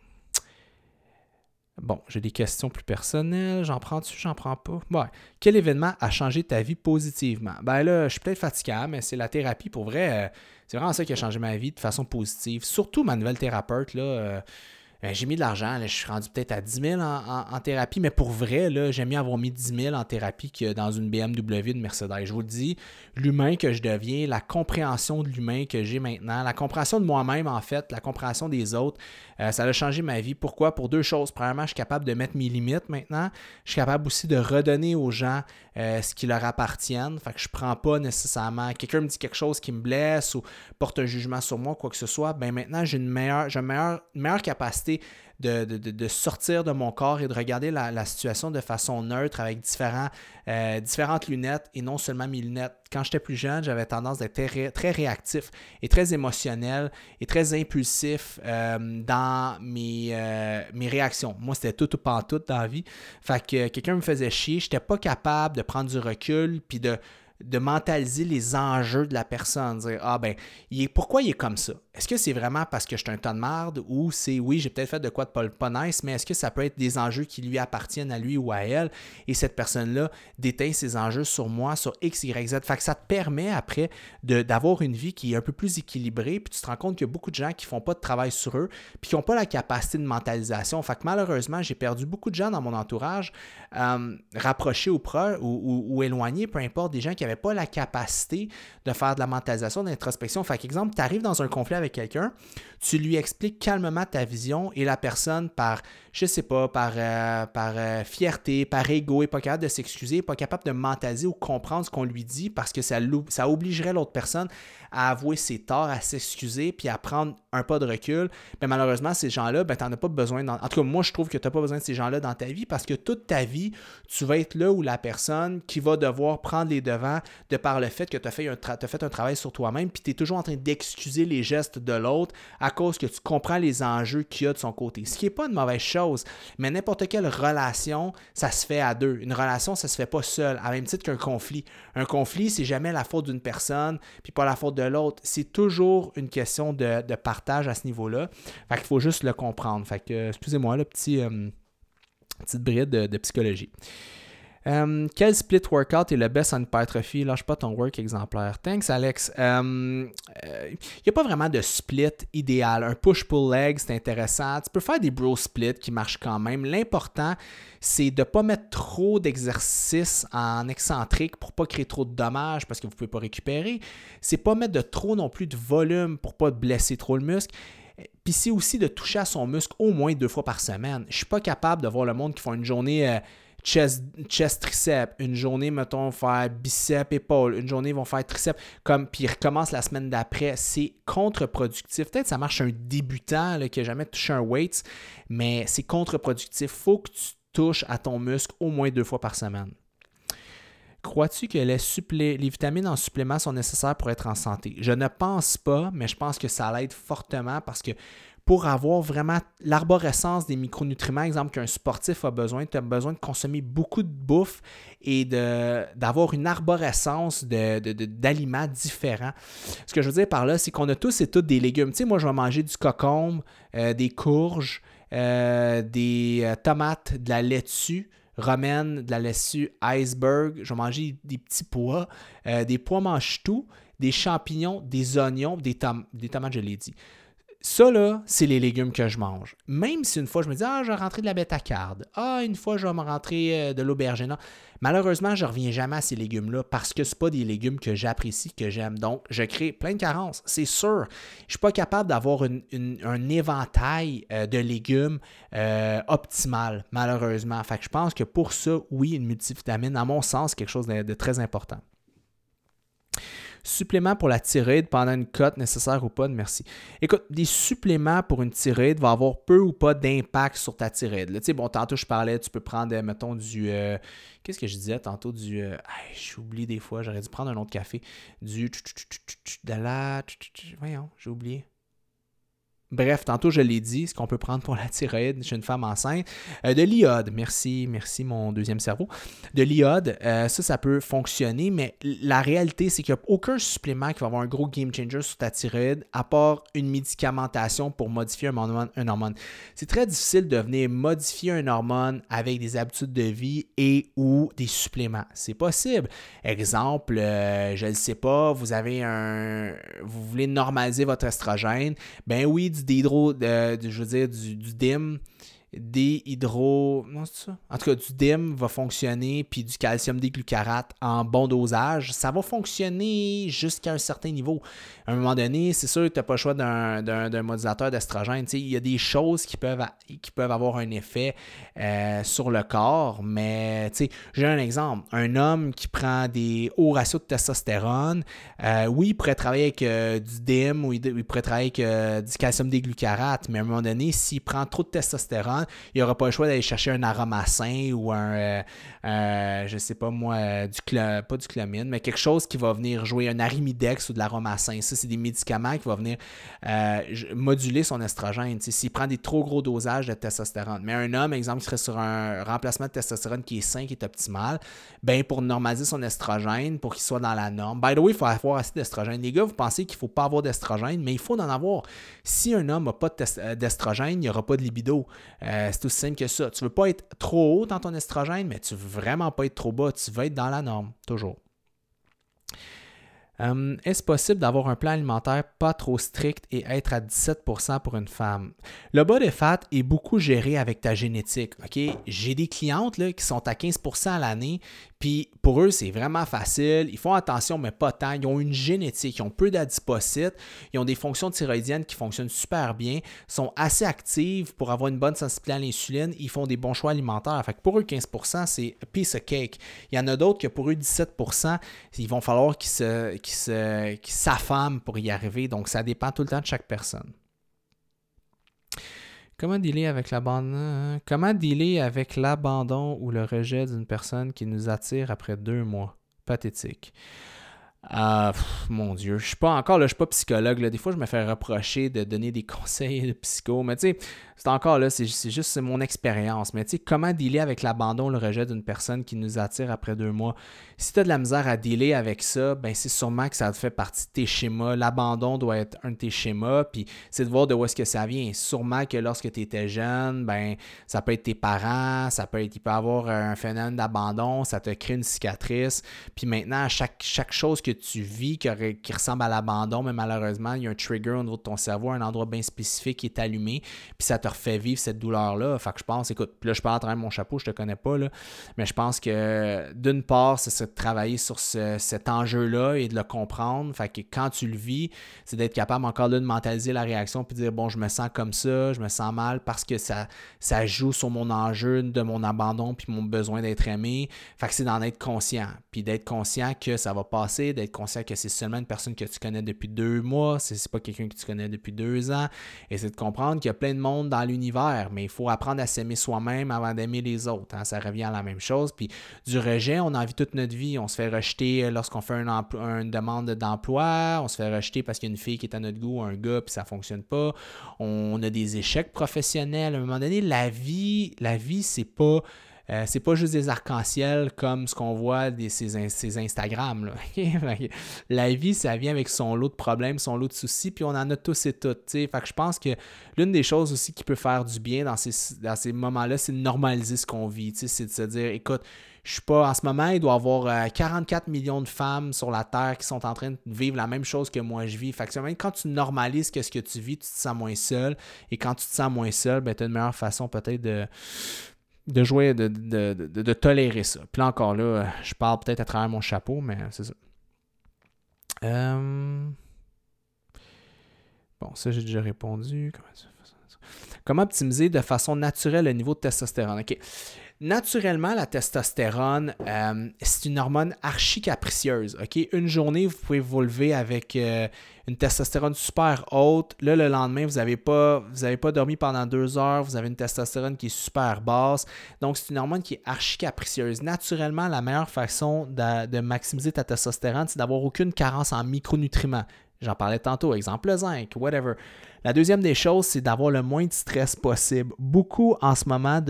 Bon, j'ai des questions plus personnelles. J'en prends-tu? J'en prends pas? Ouais. Quel événement a changé ta vie positivement? Ben là, je suis peut-être fatiguant, mais c'est la thérapie. Pour vrai, c'est vraiment ça qui a changé ma vie de façon positive. Surtout ma nouvelle thérapeute, là. J'ai mis de l'argent, là, je suis rendu peut-être à 10 000 en thérapie, mais pour vrai, là, j'aime mieux avoir mis 10 000 en thérapie que dans une BMW, une Mercedes. Je vous le dis, l'humain que je deviens, la compréhension de l'humain que j'ai maintenant, la compréhension de moi-même, en fait, la compréhension des autres, ça a changé ma vie. Pourquoi? Pour deux choses. Premièrement, je suis capable de mettre mes limites maintenant. Je suis capable aussi de redonner aux gens ce qui leur appartiennent. Fait que je ne prends pas nécessairement... Quelqu'un me dit quelque chose qui me blesse ou porte un jugement sur moi, quoi que ce soit. Ben maintenant, j'ai une meilleure capacité de sortir de mon corps et de regarder la situation de façon neutre avec différentes lunettes et non seulement mes lunettes. Quand j'étais plus jeune, j'avais tendance d'être très réactif et très émotionnel et très impulsif dans mes réactions. Moi, c'était tout ou pas tout dans la vie. Fait que quelqu'un me faisait chier, je n'étais pas capable de prendre du recul puis de mentaliser les enjeux de la personne, dire pourquoi il est comme ça? Est-ce que c'est vraiment parce que je suis un tas de merde ou c'est oui, j'ai peut-être fait de quoi de pas nice, mais est-ce que ça peut être des enjeux qui lui appartiennent à lui ou à elle et cette personne-là déteint ses enjeux sur moi, sur X, Y, Z. Fait que ça te permet après d'avoir une vie qui est un peu plus équilibrée, puis tu te rends compte qu'il y a beaucoup de gens qui font pas de travail sur eux, puis qui n'ont pas la capacité de mentalisation. Fait que malheureusement, j'ai perdu beaucoup de gens dans mon entourage, rapprochés ou éloignés, peu importe, des gens qui n'avaient pas la capacité de faire de la mentalisation, de l'introspection. Fait qu'exemple, tu arrives dans un conflit avec quelqu'un, tu lui expliques calmement ta vision et la personne par fierté, par ego, n'est pas capable de s'excuser, n'est pas capable de mentaliser ou comprendre ce qu'on lui dit parce que ça obligerait l'autre personne à avouer ses torts, à s'excuser puis à prendre un pas de recul. Mais malheureusement, ces gens-là, tu n'en as pas besoin. En tout cas, moi, je trouve que tu n'as pas besoin de ces gens-là dans ta vie parce que toute ta vie, tu vas être là où la personne qui va devoir prendre les devants de par le fait que tu as fait un travail sur toi-même puis tu es toujours en train d'excuser les gestes de l'autre à cause que tu comprends les enjeux qu'il y a de son côté. Ce qui n'est pas une mauvaise chose, mais n'importe quelle relation, ça se fait à deux. Une relation, ça se fait pas seul, à même titre qu'un conflit. Un conflit, c'est jamais la faute d'une personne puis pas la faute de l'autre. C'est toujours une question de partage à ce niveau-là. Fait qu'il faut juste le comprendre. Fait que, excusez-moi, petite bride de psychologie. Quel split workout est le best en hypertrophie? Lâche pas ton work exemplaire. Thanks, Alex. Il n'y a pas vraiment de split idéal. Un push-pull leg, c'est intéressant. Tu peux faire des bro splits qui marchent quand même. L'important, c'est de ne pas mettre trop d'exercices en excentrique pour ne pas créer trop de dommages parce que vous ne pouvez pas récupérer. C'est pas mettre de trop non plus de volume pour ne pas blesser trop le muscle. Puis c'est aussi de toucher à son muscle au moins 2 fois par semaine. Je ne suis pas capable de voir le monde qui font une journée chest triceps, une journée, mettons, faire biceps, épaules, une journée, ils vont faire triceps, puis ils recommencent la semaine d'après. C'est contre-productif. Peut-être que ça marche chez un débutant là, qui n'a jamais touché un weight, mais c'est contre-productif. Il faut que tu touches à ton muscle au moins 2 fois par semaine. Crois-tu que les vitamines en supplément sont nécessaires pour être en santé? Je ne pense pas, mais je pense que ça l'aide fortement parce que pour avoir vraiment l'arborescence des micronutriments, exemple qu'un sportif a besoin, tu as besoin de consommer beaucoup de bouffe et d'avoir une arborescence d'aliments différents. Ce que je veux dire par là, c'est qu'on a tous et toutes des légumes. Tu sais, moi, je vais manger du concombre, des courges, des tomates, de la laitue romaine, de la laitue iceberg. Je vais manger des petits pois, des pois mange-tout, des champignons, des oignons, des tomates, je l'ai dit. Ça, là, c'est les légumes que je mange. Même si une fois, je me dis, je vais rentrer de la bêta-carde. Une fois, je vais me rentrer de l'aubergine. Malheureusement, je ne reviens jamais à ces légumes-là parce que ce pas des légumes que j'apprécie, que j'aime. Donc, je crée plein de carences, c'est sûr. Je ne suis pas capable d'avoir un éventail de légumes optimal, malheureusement. Fait que je pense que pour ça, oui, une multivitamine, à mon sens, c'est quelque chose de très important. Suppléments pour la thyroïde pendant une cote, nécessaire ou pas, merci. Écoute, des suppléments pour une thyroïde vont avoir peu ou pas d'impact sur ta thyroïde. Là, tantôt, je parlais, tu peux prendre, mettons, qu'est-ce que je disais tantôt? J'oublie des fois, j'aurais dû prendre un autre café. Voyons, j'ai oublié. Bref, tantôt je l'ai dit, ce qu'on peut prendre pour la thyroïde chez une femme enceinte. De l'iode, merci mon deuxième cerveau. De l'iode, ça peut fonctionner, mais la réalité, c'est qu'il n'y a aucun supplément qui va avoir un gros game changer sur ta thyroïde, à part une médicamentation pour modifier un hormone. C'est très difficile de venir modifier un hormone avec des habitudes de vie et ou des suppléments. C'est possible. Exemple, je ne sais pas, vous voulez normaliser votre estrogène, ben oui, du DIM, non, c'est ça? En tout cas, du DIM va fonctionner, puis du calcium déglucarate en bon dosage, ça va fonctionner jusqu'à un certain niveau. À un moment donné, c'est sûr que tu n'as pas le choix d'un modulateur d'estrogène. Il y a des choses qui peuvent avoir un effet sur le corps, mais j'ai un exemple. Un homme qui prend des hauts ratios de testostérone, oui, il pourrait travailler avec du DIM ou il pourrait travailler avec du calcium déglucarate, mais à un moment donné, s'il prend trop de testostérone, il n'aura pas le choix d'aller chercher un aromacin ou je sais pas moi, pas du clomine, mais quelque chose qui va venir jouer, un arimidex ou de l'aromacin. Ça, c'est des médicaments qui vont venir moduler son estrogène. S'il prend des trop gros dosages de testostérone. Mais un homme, exemple, qui serait sur un remplacement de testostérone qui est sain, qui est optimal, ben pour normaliser son estrogène, pour qu'il soit dans la norme. By the way, il faut avoir assez d'estrogène. Les gars, vous pensez qu'il ne faut pas avoir d'estrogène, mais il faut en avoir. Si un homme n'a pas d'estrogène, il n'y aura pas de libido. C'est aussi simple que ça. Tu ne veux pas être trop haut dans ton estrogène, mais tu ne veux vraiment pas être trop bas. Tu veux être dans la norme, toujours. Est-ce possible d'avoir un plan alimentaire pas trop strict et être à 17% pour une femme? Le body fat est beaucoup géré avec ta génétique. Okay? J'ai des clientes là, qui sont à 15% à l'année, puis pour eux, c'est vraiment facile. Ils font attention, mais pas tant. Ils ont une génétique, ils ont peu d'adipocytes, ils ont des fonctions thyroïdiennes qui fonctionnent super bien, sont assez actives pour avoir une bonne sensibilité à l'insuline, ils font des bons choix alimentaires. Fait que pour eux, 15%, c'est a piece of cake. Il y en a d'autres que pour eux, 17%, il va falloir qu'ils s'affament pour y arriver. Donc, ça dépend tout le temps de chaque personne. Comment dealer avec l'abandon? Comment dealer avec l'abandon ou le rejet d'une personne qui nous attire après 2 mois? Pathétique. Mon Dieu, je suis pas encore là, je suis pas psychologue. Là. Des fois, je me fais reprocher de donner des conseils de psycho, mais tu sais, c'est encore là, c'est juste mon expérience. Mais tu sais, comment dealer avec l'abandon, le rejet d'une personne qui nous attire après 2 mois? Si tu as de la misère à dealer avec ça, ben c'est sûrement que ça fait partie de tes schémas. L'abandon doit être un de tes schémas, puis c'est de voir de où est-ce que ça vient. Sûrement que lorsque tu étais jeune, ben ça peut être tes parents, il peut avoir un phénomène d'abandon, ça te crée une cicatrice. Puis maintenant, chaque chose que tu vis qui ressemble à l'abandon, mais malheureusement, il y a un trigger au niveau de ton cerveau, un endroit bien spécifique qui est allumé, puis ça te refait vivre cette douleur-là. Fait que je pense, écoute, puis là, je parle à travers mon chapeau, je te connais pas, là, mais je pense que d'une part, c'est de travailler sur cet enjeu-là et de le comprendre. Fait que quand tu le vis, c'est d'être capable encore là de mentaliser la réaction puis de dire, bon, je me sens comme ça, je me sens mal parce que ça joue sur mon enjeu de mon abandon puis mon besoin d'être aimé. Fait que c'est d'en être conscient. Puis d'être conscient que ça va passer, d'être conscient que c'est seulement une personne que tu connais depuis 2 mois, c'est pas quelqu'un que tu connais depuis 2 ans. Et c'est de comprendre qu'il y a plein de monde dans l'univers, mais il faut apprendre à s'aimer soi-même avant d'aimer les autres. Hein. Ça revient à la même chose. Puis du rejet, on en vit toute notre vie. On se fait rejeter lorsqu'on fait une demande d'emploi, on se fait rejeter parce qu'il y a une fille qui est à notre goût, un gars, puis ça fonctionne pas. On a des échecs professionnels. À un moment donné, la vie, c'est pas juste des arcs-en-ciel comme ce qu'on voit ces Instagram. Là. La vie, ça vient avec son lot de problèmes, son lot de soucis, puis on en a tous et toutes. T'sais. Fait que je pense que l'une des choses aussi qui peut faire du bien dans ces moments-là, c'est de normaliser ce qu'on vit. C'est de se dire, écoute, je suis pas. En ce moment, il doit y avoir 44 millions de femmes sur la Terre qui sont en train de vivre la même chose que moi je vis. Fait que quand tu normalises ce que tu vis, tu te sens moins seul. Et quand tu te sens moins seul, ben, tu as une meilleure façon peut-être de jouer, de tolérer ça. Puis là encore là, je parle peut-être à travers mon chapeau, mais c'est ça. Bon, ça j'ai déjà répondu. Comment optimiser de façon naturelle le niveau de testostérone? OK. Naturellement, la testostérone, c'est une hormone archi-capricieuse. Okay? Une journée, vous pouvez vous lever avec une testostérone super haute. Là, le lendemain, vous n'avez pas dormi pendant 2 heures. Vous avez une testostérone qui est super basse. Donc, c'est une hormone qui est archi-capricieuse. Naturellement, la meilleure façon de maximiser ta testostérone, c'est d'avoir aucune carence en micronutriments. J'en parlais tantôt, exemple le zinc, whatever. La deuxième des choses, c'est d'avoir le moins de stress possible. Beaucoup en ce moment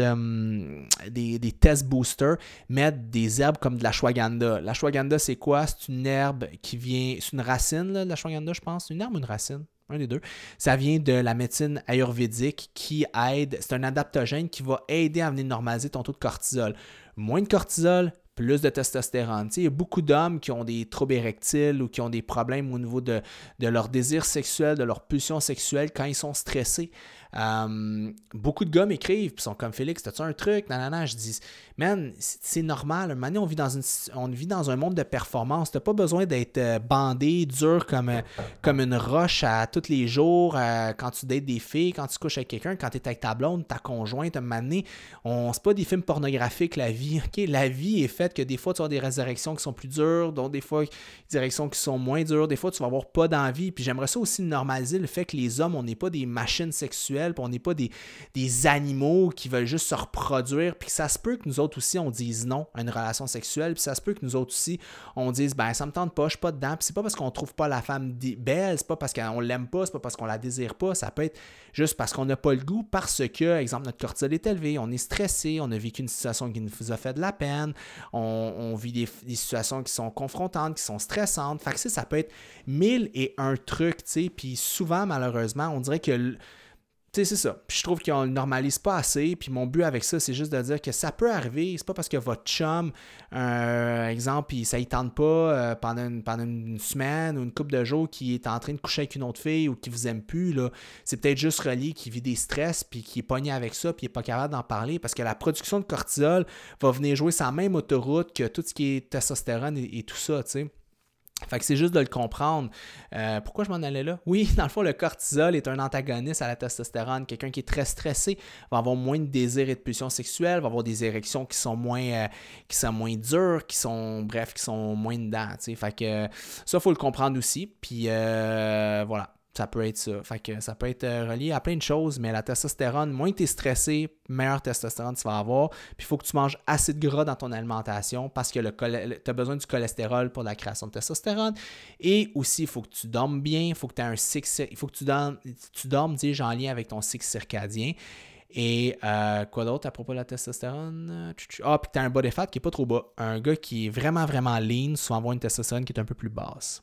des test boosters mettent des herbes comme de l'ashwagandha. L'ashwagandha, c'est quoi? C'est une herbe qui vient... C'est une racine, là, l'ashwagandha, je pense. Une herbe ou une racine? Un des deux. Ça vient de la médecine ayurvédique qui aide... C'est un adaptogène qui va aider à venir normaliser ton taux de cortisol. Moins de cortisol, plus de testostérone. Il y a beaucoup d'hommes qui ont des troubles érectiles ou qui ont des problèmes au niveau de leur désir sexuel, de leur pulsion sexuelle quand ils sont stressés. Beaucoup de gars m'écrivent et sont comme Félix, t'as-tu un truc? Nanana. Je dis, man, c'est normal. Maintenant, on vit dans un monde de performance. T'as pas besoin d'être bandé, dur comme une roche à tous les jours quand tu dates des filles, quand tu couches avec quelqu'un, quand tu es avec ta blonde, ta conjointe, un moment donné. C'est pas des films pornographiques, la vie. Okay? La vie est faite que des fois, tu as des résurrections qui sont plus dures, d'autres des fois, des directions qui sont moins dures. Des fois, tu vas avoir pas d'envie. Puis j'aimerais ça aussi normaliser le fait que les hommes, on n'est pas des machines sexuelles, puis on n'est pas des animaux qui veulent juste se reproduire, puis ça se peut que nous autres aussi, on dise non à une relation sexuelle, puis ça se peut que nous autres aussi, on dise, ben ça me tente pas, je suis pas dedans, puis c'est pas parce qu'on trouve pas la femme belle, c'est pas parce qu'on l'aime pas, c'est pas parce qu'on la désire pas, ça peut être juste parce qu'on n'a pas le goût, parce que, exemple, notre cortisol est élevé, on est stressé, on a vécu une situation qui nous a fait de la peine, on vit des situations qui sont confrontantes, qui sont stressantes, fait que ça peut être 1001 trucs, tu sais, puis souvent, malheureusement, on dirait que tu sais, c'est ça. Puis je trouve qu'on le normalise pas assez. Puis mon but avec ça, c'est juste de dire que ça peut arriver. C'est pas parce que votre chum, exemple, ça ne tente pas pendant une semaine ou une couple de jours qu'il est en train de coucher avec une autre fille ou qu'il vous aime plus. Là. C'est peut-être juste relié qu'il vit des stress puis qu'il est pogné avec ça puis il n'est pas capable d'en parler parce que la production de cortisol va venir jouer sa même autoroute que tout ce qui est testostérone et tout ça, tu sais. Fait que c'est juste de le comprendre. Pourquoi je m'en allais là? Oui, dans le fond, le cortisol est un antagoniste à la testostérone. Quelqu'un qui est très stressé va avoir moins de désir et de pulsion sexuelle, va avoir des érections qui sont moins dures, qui sont moins dedans. T'sais. Fait que ça, il faut le comprendre aussi. Puis voilà. ça peut être ça. Fait que ça peut être relié à plein de choses, mais la testostérone, moins tu es stressé, meilleure testostérone tu vas avoir. Puis il faut que tu manges assez de gras dans ton alimentation parce que tu as besoin du cholestérol pour la création de testostérone. Et aussi, il faut que tu dormes bien, il faut que tu aies un cycle, il faut que tu dormes, dis-je, en lien avec ton cycle circadien. Et quoi d'autre à propos de la testostérone? Puis tu as un body fat qui n'est pas trop bas. Un gars qui est vraiment, vraiment lean, souvent avoir une testostérone qui est un peu plus basse.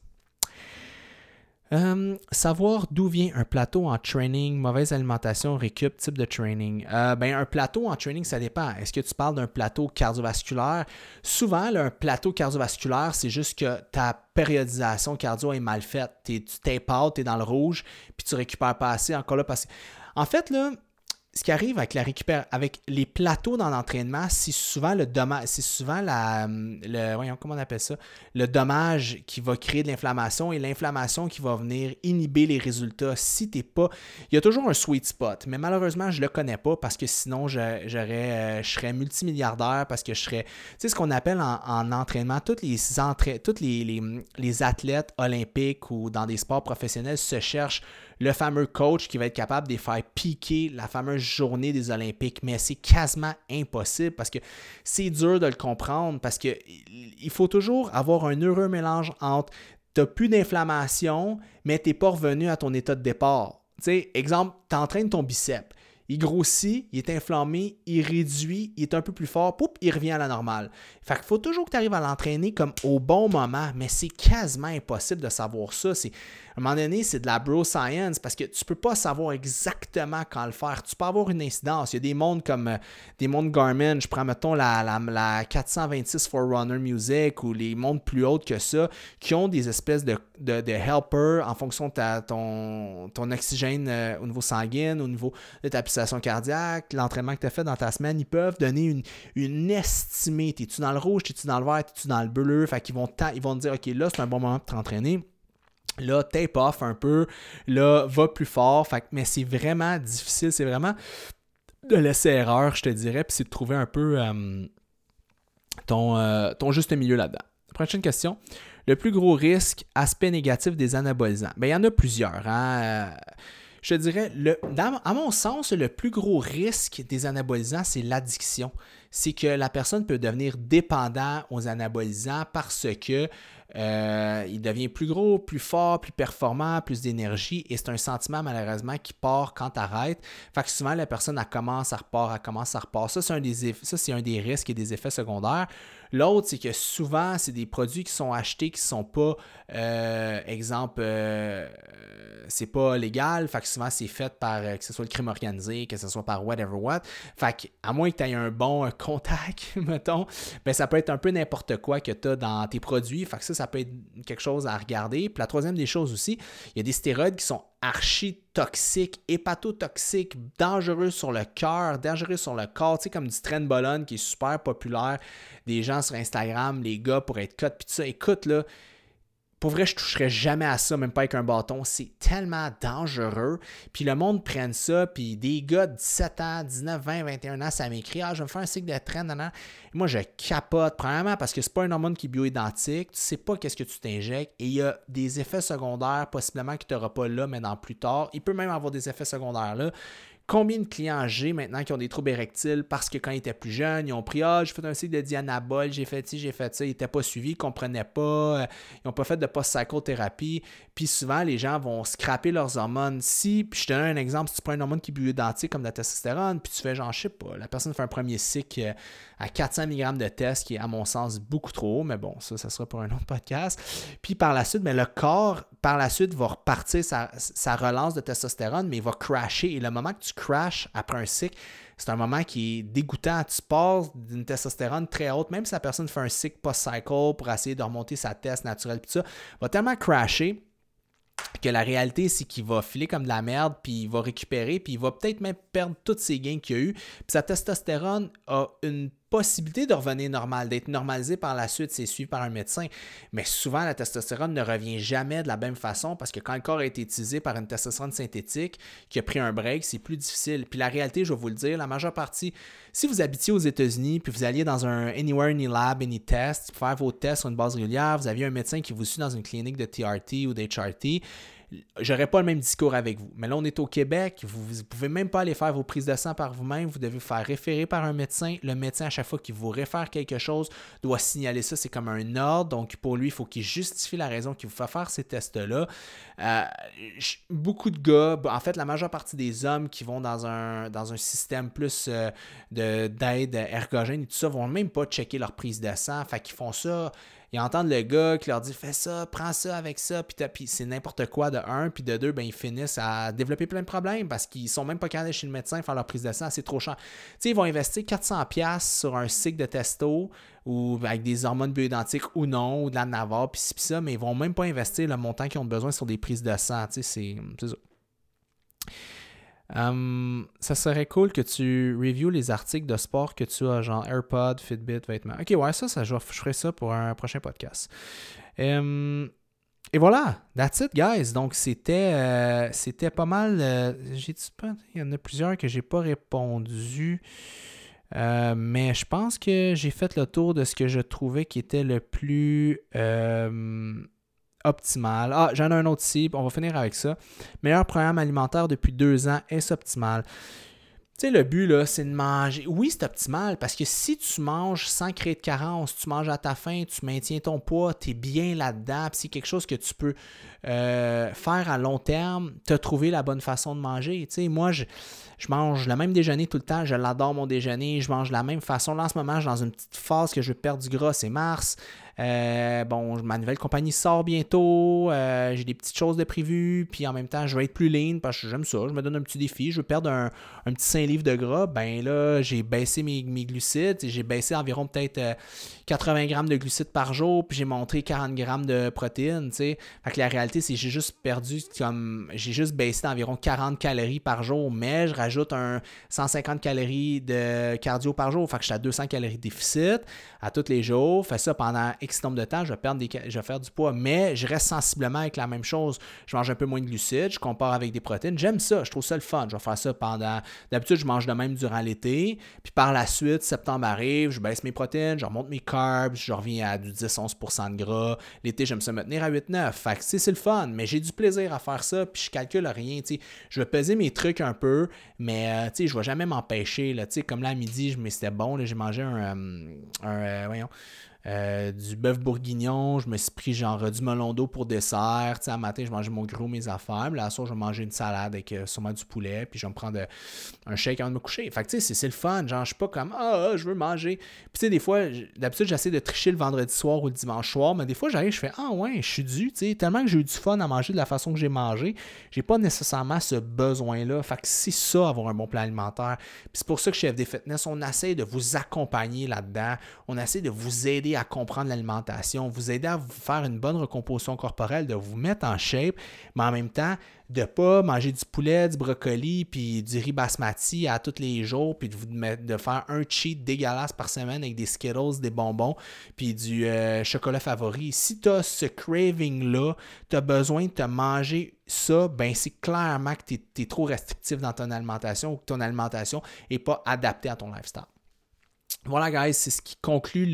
Savoir d'où vient un plateau en training, mauvaise alimentation, récup, type de training. Un plateau en training, ça dépend. Est-ce que tu parles d'un plateau cardiovasculaire? Souvent, là, un plateau cardiovasculaire, c'est juste que ta périodisation cardio est mal faite. Tu tapes out, tu es dans le rouge, puis tu récupères pas assez. Encore là, parce que... En fait, là, ce qui arrive avec les plateaux dans l'entraînement, c'est souvent le dommage, comment on appelle ça? Le dommage qui va créer de l'inflammation et l'inflammation qui va venir inhiber les résultats. Si t'es pas, il y a toujours un sweet spot, mais malheureusement, je le connais pas parce que sinon, je serais multimilliardaire parce que je serais, tu sais, ce qu'on appelle en entraînement, tous les athlètes olympiques ou dans des sports professionnels se cherchent le fameux coach qui va être capable de les faire piquer la fameuse journée des Olympiques, mais c'est quasiment impossible parce que c'est dur de le comprendre parce qu'il faut toujours avoir un heureux mélange entre tu n'as plus d'inflammation, mais tu n'es pas revenu à ton état de départ. Tu sais, exemple, tu entraînes ton biceps. Il grossit, il est inflammé, il réduit, il est un peu plus fort, poup, il revient à la normale. Fait qu'il faut toujours que tu arrives à l'entraîner comme au bon moment, mais c'est quasiment impossible de savoir ça. À un moment donné, c'est de la bro science parce que tu ne peux pas savoir exactement quand le faire. Tu peux avoir une incidence. Il y a des mondes comme des mondes Garmin, je prends mettons la 426 Forerunner Music ou les mondes plus hautes que ça, qui ont des espèces de helpers en fonction de ton oxygène au niveau sanguin, au niveau de ta pulsation cardiaque, l'entraînement que tu as fait dans ta semaine. Ils peuvent donner une estimée. T'es-tu dans le rouge, t'es-tu dans le vert, t'es-tu dans le bleu? Fait qu'ils vont te dire, OK, là, c'est un bon moment pour t'entraîner. Là, tape off un peu. Là, va plus fort. Mais c'est vraiment difficile. C'est vraiment de laisser erreur, je te dirais. Puis c'est de trouver un peu ton juste milieu là-dedans. Prochaine question. Le plus gros risque, aspect négatif des anabolisants. Il y en a plusieurs. Je te dirais, à mon sens, le plus gros risque des anabolisants, c'est l'addiction. C'est que la personne peut devenir dépendant aux anabolisants parce que il devient plus gros, plus fort, plus performant, plus d'énergie et c'est un sentiment malheureusement qui part quand tu arrêtes. Fait que souvent la personne elle commence, elle repart. Ça, c'est un des risques et des effets secondaires. L'autre, c'est que souvent, c'est des produits qui sont achetés qui ne sont pas, c'est pas légal. Fait que souvent, c'est fait par, que ce soit le crime organisé, que ce soit par whatever what. Fait que, à moins que tu aies un bon contact, mettons, ça peut être un peu n'importe quoi que tu as dans tes produits. Fait que ça peut être quelque chose à regarder. Puis la troisième des choses aussi, il y a des stéroïdes qui sont archi-toxiques, hépatotoxiques, dangereux sur le cœur, dangereux sur le corps, tu sais, comme du Trenbolone qui est super populaire. Des gens sur Instagram, les gars, pour être cut, puis tout ça. Écoute, là, pour vrai, je ne toucherais jamais à ça, même pas avec un bâton. C'est tellement dangereux. Puis le monde prenne ça, puis des gars de 17 ans, 19, 20, 21 ans, ça m'écrit « Ah, je vais me faire un cycle de train. » Moi, je capote, premièrement, parce que c'est pas un hormone qui est bioidentique. Tu sais pas qu'est-ce que tu t'injectes. Et il y a des effets secondaires, possiblement, que tu n'auras pas là, mais dans plus tard. Il peut même avoir des effets secondaires là. Combien de clients j'ai maintenant qui ont des troubles érectiles parce que quand ils étaient plus jeunes, ils ont pris « Ah, j'ai fait un cycle de dianabol, j'ai fait ci, j'ai fait ça », ils n'étaient pas suivis, ils ne comprenaient pas, ils n'ont pas fait de post-psychothérapie. Puis souvent, les gens vont scraper leurs hormones. Puis je te donne un exemple, si tu prends un hormone qui est bioidentique comme la testostérone, puis tu fais genre, je sais pas, la personne fait un premier cycle à 400 mg de test, qui est à mon sens beaucoup trop haut, mais bon, ça sera pour un autre podcast. Puis par la suite, le corps, par la suite, va repartir sa relance de testostérone, mais il va crasher. Et le moment que tu crashes après un cycle, c'est un moment qui est dégoûtant. Tu pars d'une testostérone très haute, même si la personne fait un cycle post-cycle pour essayer de remonter sa test naturelle, puis ça, va tellement crasher que la réalité, c'est qu'il va filer comme de la merde, puis il va récupérer, puis il va peut-être même perdre tous ses gains qu'il a eu. Puis sa testostérone a une possibilité de revenir normale, d'être normalisée par la suite, c'est suivi par un médecin. Mais souvent, la testostérone ne revient jamais de la même façon parce que quand le corps a été utilisé par une testostérone synthétique qui a pris un break, c'est plus difficile. Puis la réalité, je vais vous le dire, la majeure partie, si vous habitiez aux États-Unis puis vous alliez dans un Anywhere, Any Lab, Any Test, pour faire vos tests sur une base régulière, vous aviez un médecin qui vous suit dans une clinique de TRT ou d'HRT, j'aurais pas le même discours avec vous. Mais là, on est au Québec, vous ne pouvez même pas aller faire vos prises de sang par vous-même, vous devez vous faire référer par un médecin. Le médecin, à chaque fois qu'il vous réfère quelque chose, doit signaler ça, c'est comme un ordre. Donc, pour lui, il faut qu'il justifie la raison qu'il vous fait faire ces tests-là. Beaucoup de gars, en fait, la majeure partie des hommes qui vont dans un système plus d'aide ergogène et tout ça, vont même pas checker leur prise de sang. Fait qu'ils font ça. Ils entendent le gars qui leur dit « Fais ça, prends ça avec ça », puis c'est n'importe quoi de un, puis de deux, ben, ils finissent à développer plein de problèmes parce qu'ils sont même pas capables d'aller chez le médecin faire leur prise de sang, c'est trop cher. Tu sais, ils vont investir 400$ sur un cycle de testo ou avec des hormones bioidentiques ou non, ou de la Navarre, puis ça, mais ils vont même pas investir le montant qu'ils ont besoin sur des prises de sang. Tu sais, c'est ça. Ça serait cool que tu reviews les articles de sport que tu as, genre AirPods, Fitbit, vêtements. Ok, ouais, je ferai ça pour un prochain podcast. Et voilà, that's it, guys. Donc, c'était pas mal. Il y en a plusieurs que j'ai pas répondu. Mais je pense que j'ai fait le tour de ce que je trouvais qui était le plus optimal. Ah, j'en ai un autre ici, on va finir avec ça. Meilleur programme alimentaire depuis 2 ans, est-ce optimal? Tu sais, le but, là, c'est de manger. Oui, c'est optimal parce que si tu manges sans créer de carence, tu manges à ta faim, tu maintiens ton poids, tu es bien là-dedans, puis c'est quelque chose que tu peux faire à long terme, tu as trouvé la bonne façon de manger. Tu sais, moi, je mange le même déjeuner tout le temps, je l'adore mon déjeuner, je mange de la même façon. Là, en ce moment, je suis dans une petite phase que je veux perdre du gras, c'est mars. Ma nouvelle compagnie sort bientôt, j'ai des petites choses de prévues, puis en même temps, je vais être plus lean parce que j'aime ça, je me donne un petit défi, je veux perdre un petit 5 livres de gras. Ben là, j'ai baissé mes glucides, j'ai baissé environ peut-être 80 grammes de glucides par jour, puis j'ai montré 40 grammes de protéines, tu sais. Fait que la réalité, c'est que j'ai juste baissé d'environ 40 calories par jour, mais je rajoute un 150 calories de cardio par jour, fait que je suis à 200 calories de déficit à tous les jours, fais ça pendant X nombre de temps, je vais faire du poids, mais je reste sensiblement avec la même chose. Je mange un peu moins de glucides, je compare avec des protéines. J'aime ça, je trouve ça le fun. Je vais faire ça pendant... D'habitude, je mange de même durant l'été. Puis par la suite, septembre arrive, je baisse mes protéines, je remonte mes carbs, je reviens à du 10-11% de gras. L'été, j'aime ça me tenir à 8-9. Fait que c'est le fun, mais j'ai du plaisir à faire ça, puis je calcule rien. T'sais. Je vais peser mes trucs un peu, mais je ne vais jamais m'empêcher. Là, comme là, à midi, c'était bon, là, j'ai mangé du bœuf bourguignon, je me suis pris genre du melon d'eau pour dessert, à matin je mangeais mon gros, mes affaires, mais là soir je vais manger une salade avec sûrement du poulet, puis je vais me prendre un shake avant de me coucher. Fait que tu sais, c'est le fun, genre je suis pas comme je veux manger. Puis tu sais, des fois, d'habitude j'essaie de tricher le vendredi soir ou le dimanche soir, mais des fois j'arrive, je fais ouais, je suis dû, tu sais, tellement que j'ai eu du fun à manger de la façon que j'ai mangé, j'ai pas nécessairement ce besoin-là. Fait que c'est ça, avoir un bon plan alimentaire. Puis c'est pour ça que chez FD Fitness, on essaie de vous accompagner là-dedans, on essaie de vous aider à comprendre l'alimentation, vous aider à vous faire une bonne recomposition corporelle, de vous mettre en shape, mais en même temps, de ne pas manger du poulet, du brocoli, puis du riz basmati à tous les jours, puis de faire un cheat dégueulasse par semaine avec des Skittles, des bonbons, puis du chocolat favori. Si tu as ce craving-là, tu as besoin de te manger ça, ben c'est clairement que tu es trop restrictif dans ton alimentation ou que ton alimentation n'est pas adaptée à ton lifestyle. Voilà, guys, c'est ce qui conclut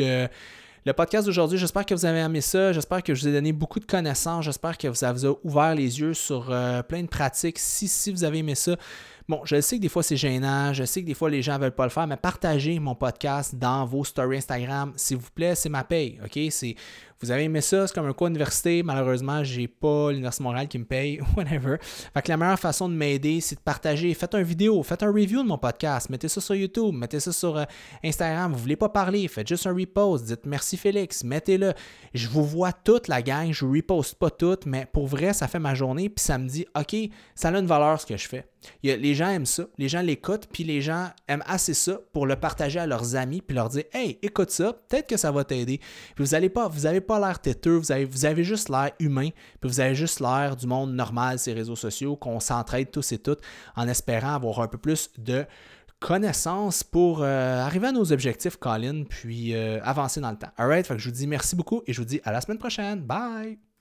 le podcast d'aujourd'hui. J'espère que vous avez aimé ça. J'espère que je vous ai donné beaucoup de connaissances. J'espère que ça vous a ouvert les yeux sur plein de pratiques. Si vous avez aimé ça, bon, je sais que des fois c'est gênant. Je sais que des fois les gens ne veulent pas le faire, mais partagez mon podcast dans vos stories Instagram. S'il vous plaît, c'est ma paye. OK? Vous avez aimé ça, c'est comme un cours d'université. Malheureusement, j'ai pas l'Université Montréal qui me paye, whatever. Fait que la meilleure façon de m'aider, c'est de partager. Faites une vidéo, faites un review de mon podcast. Mettez ça sur YouTube, mettez ça sur Instagram. Vous voulez pas parler, faites juste un repost. Dites merci Félix, mettez-le. Je vous vois toute la gang, je reposte pas toutes, mais pour vrai, ça fait ma journée. Puis ça me dit, OK, ça a une valeur ce que je fais. Les gens aiment ça, les gens l'écoutent, puis les gens aiment assez ça pour le partager à leurs amis, puis leur dire « Hey, écoute ça, peut-être que ça va t'aider. » Puis vous avez pas l'air têteux, vous avez juste l'air humain, puis vous avez juste l'air du monde normal, ces réseaux sociaux, qu'on s'entraide tous et toutes en espérant avoir un peu plus de connaissances pour arriver à nos objectifs, Colin, puis avancer dans le temps. Alright, fait que je vous dis merci beaucoup et je vous dis à la semaine prochaine. Bye!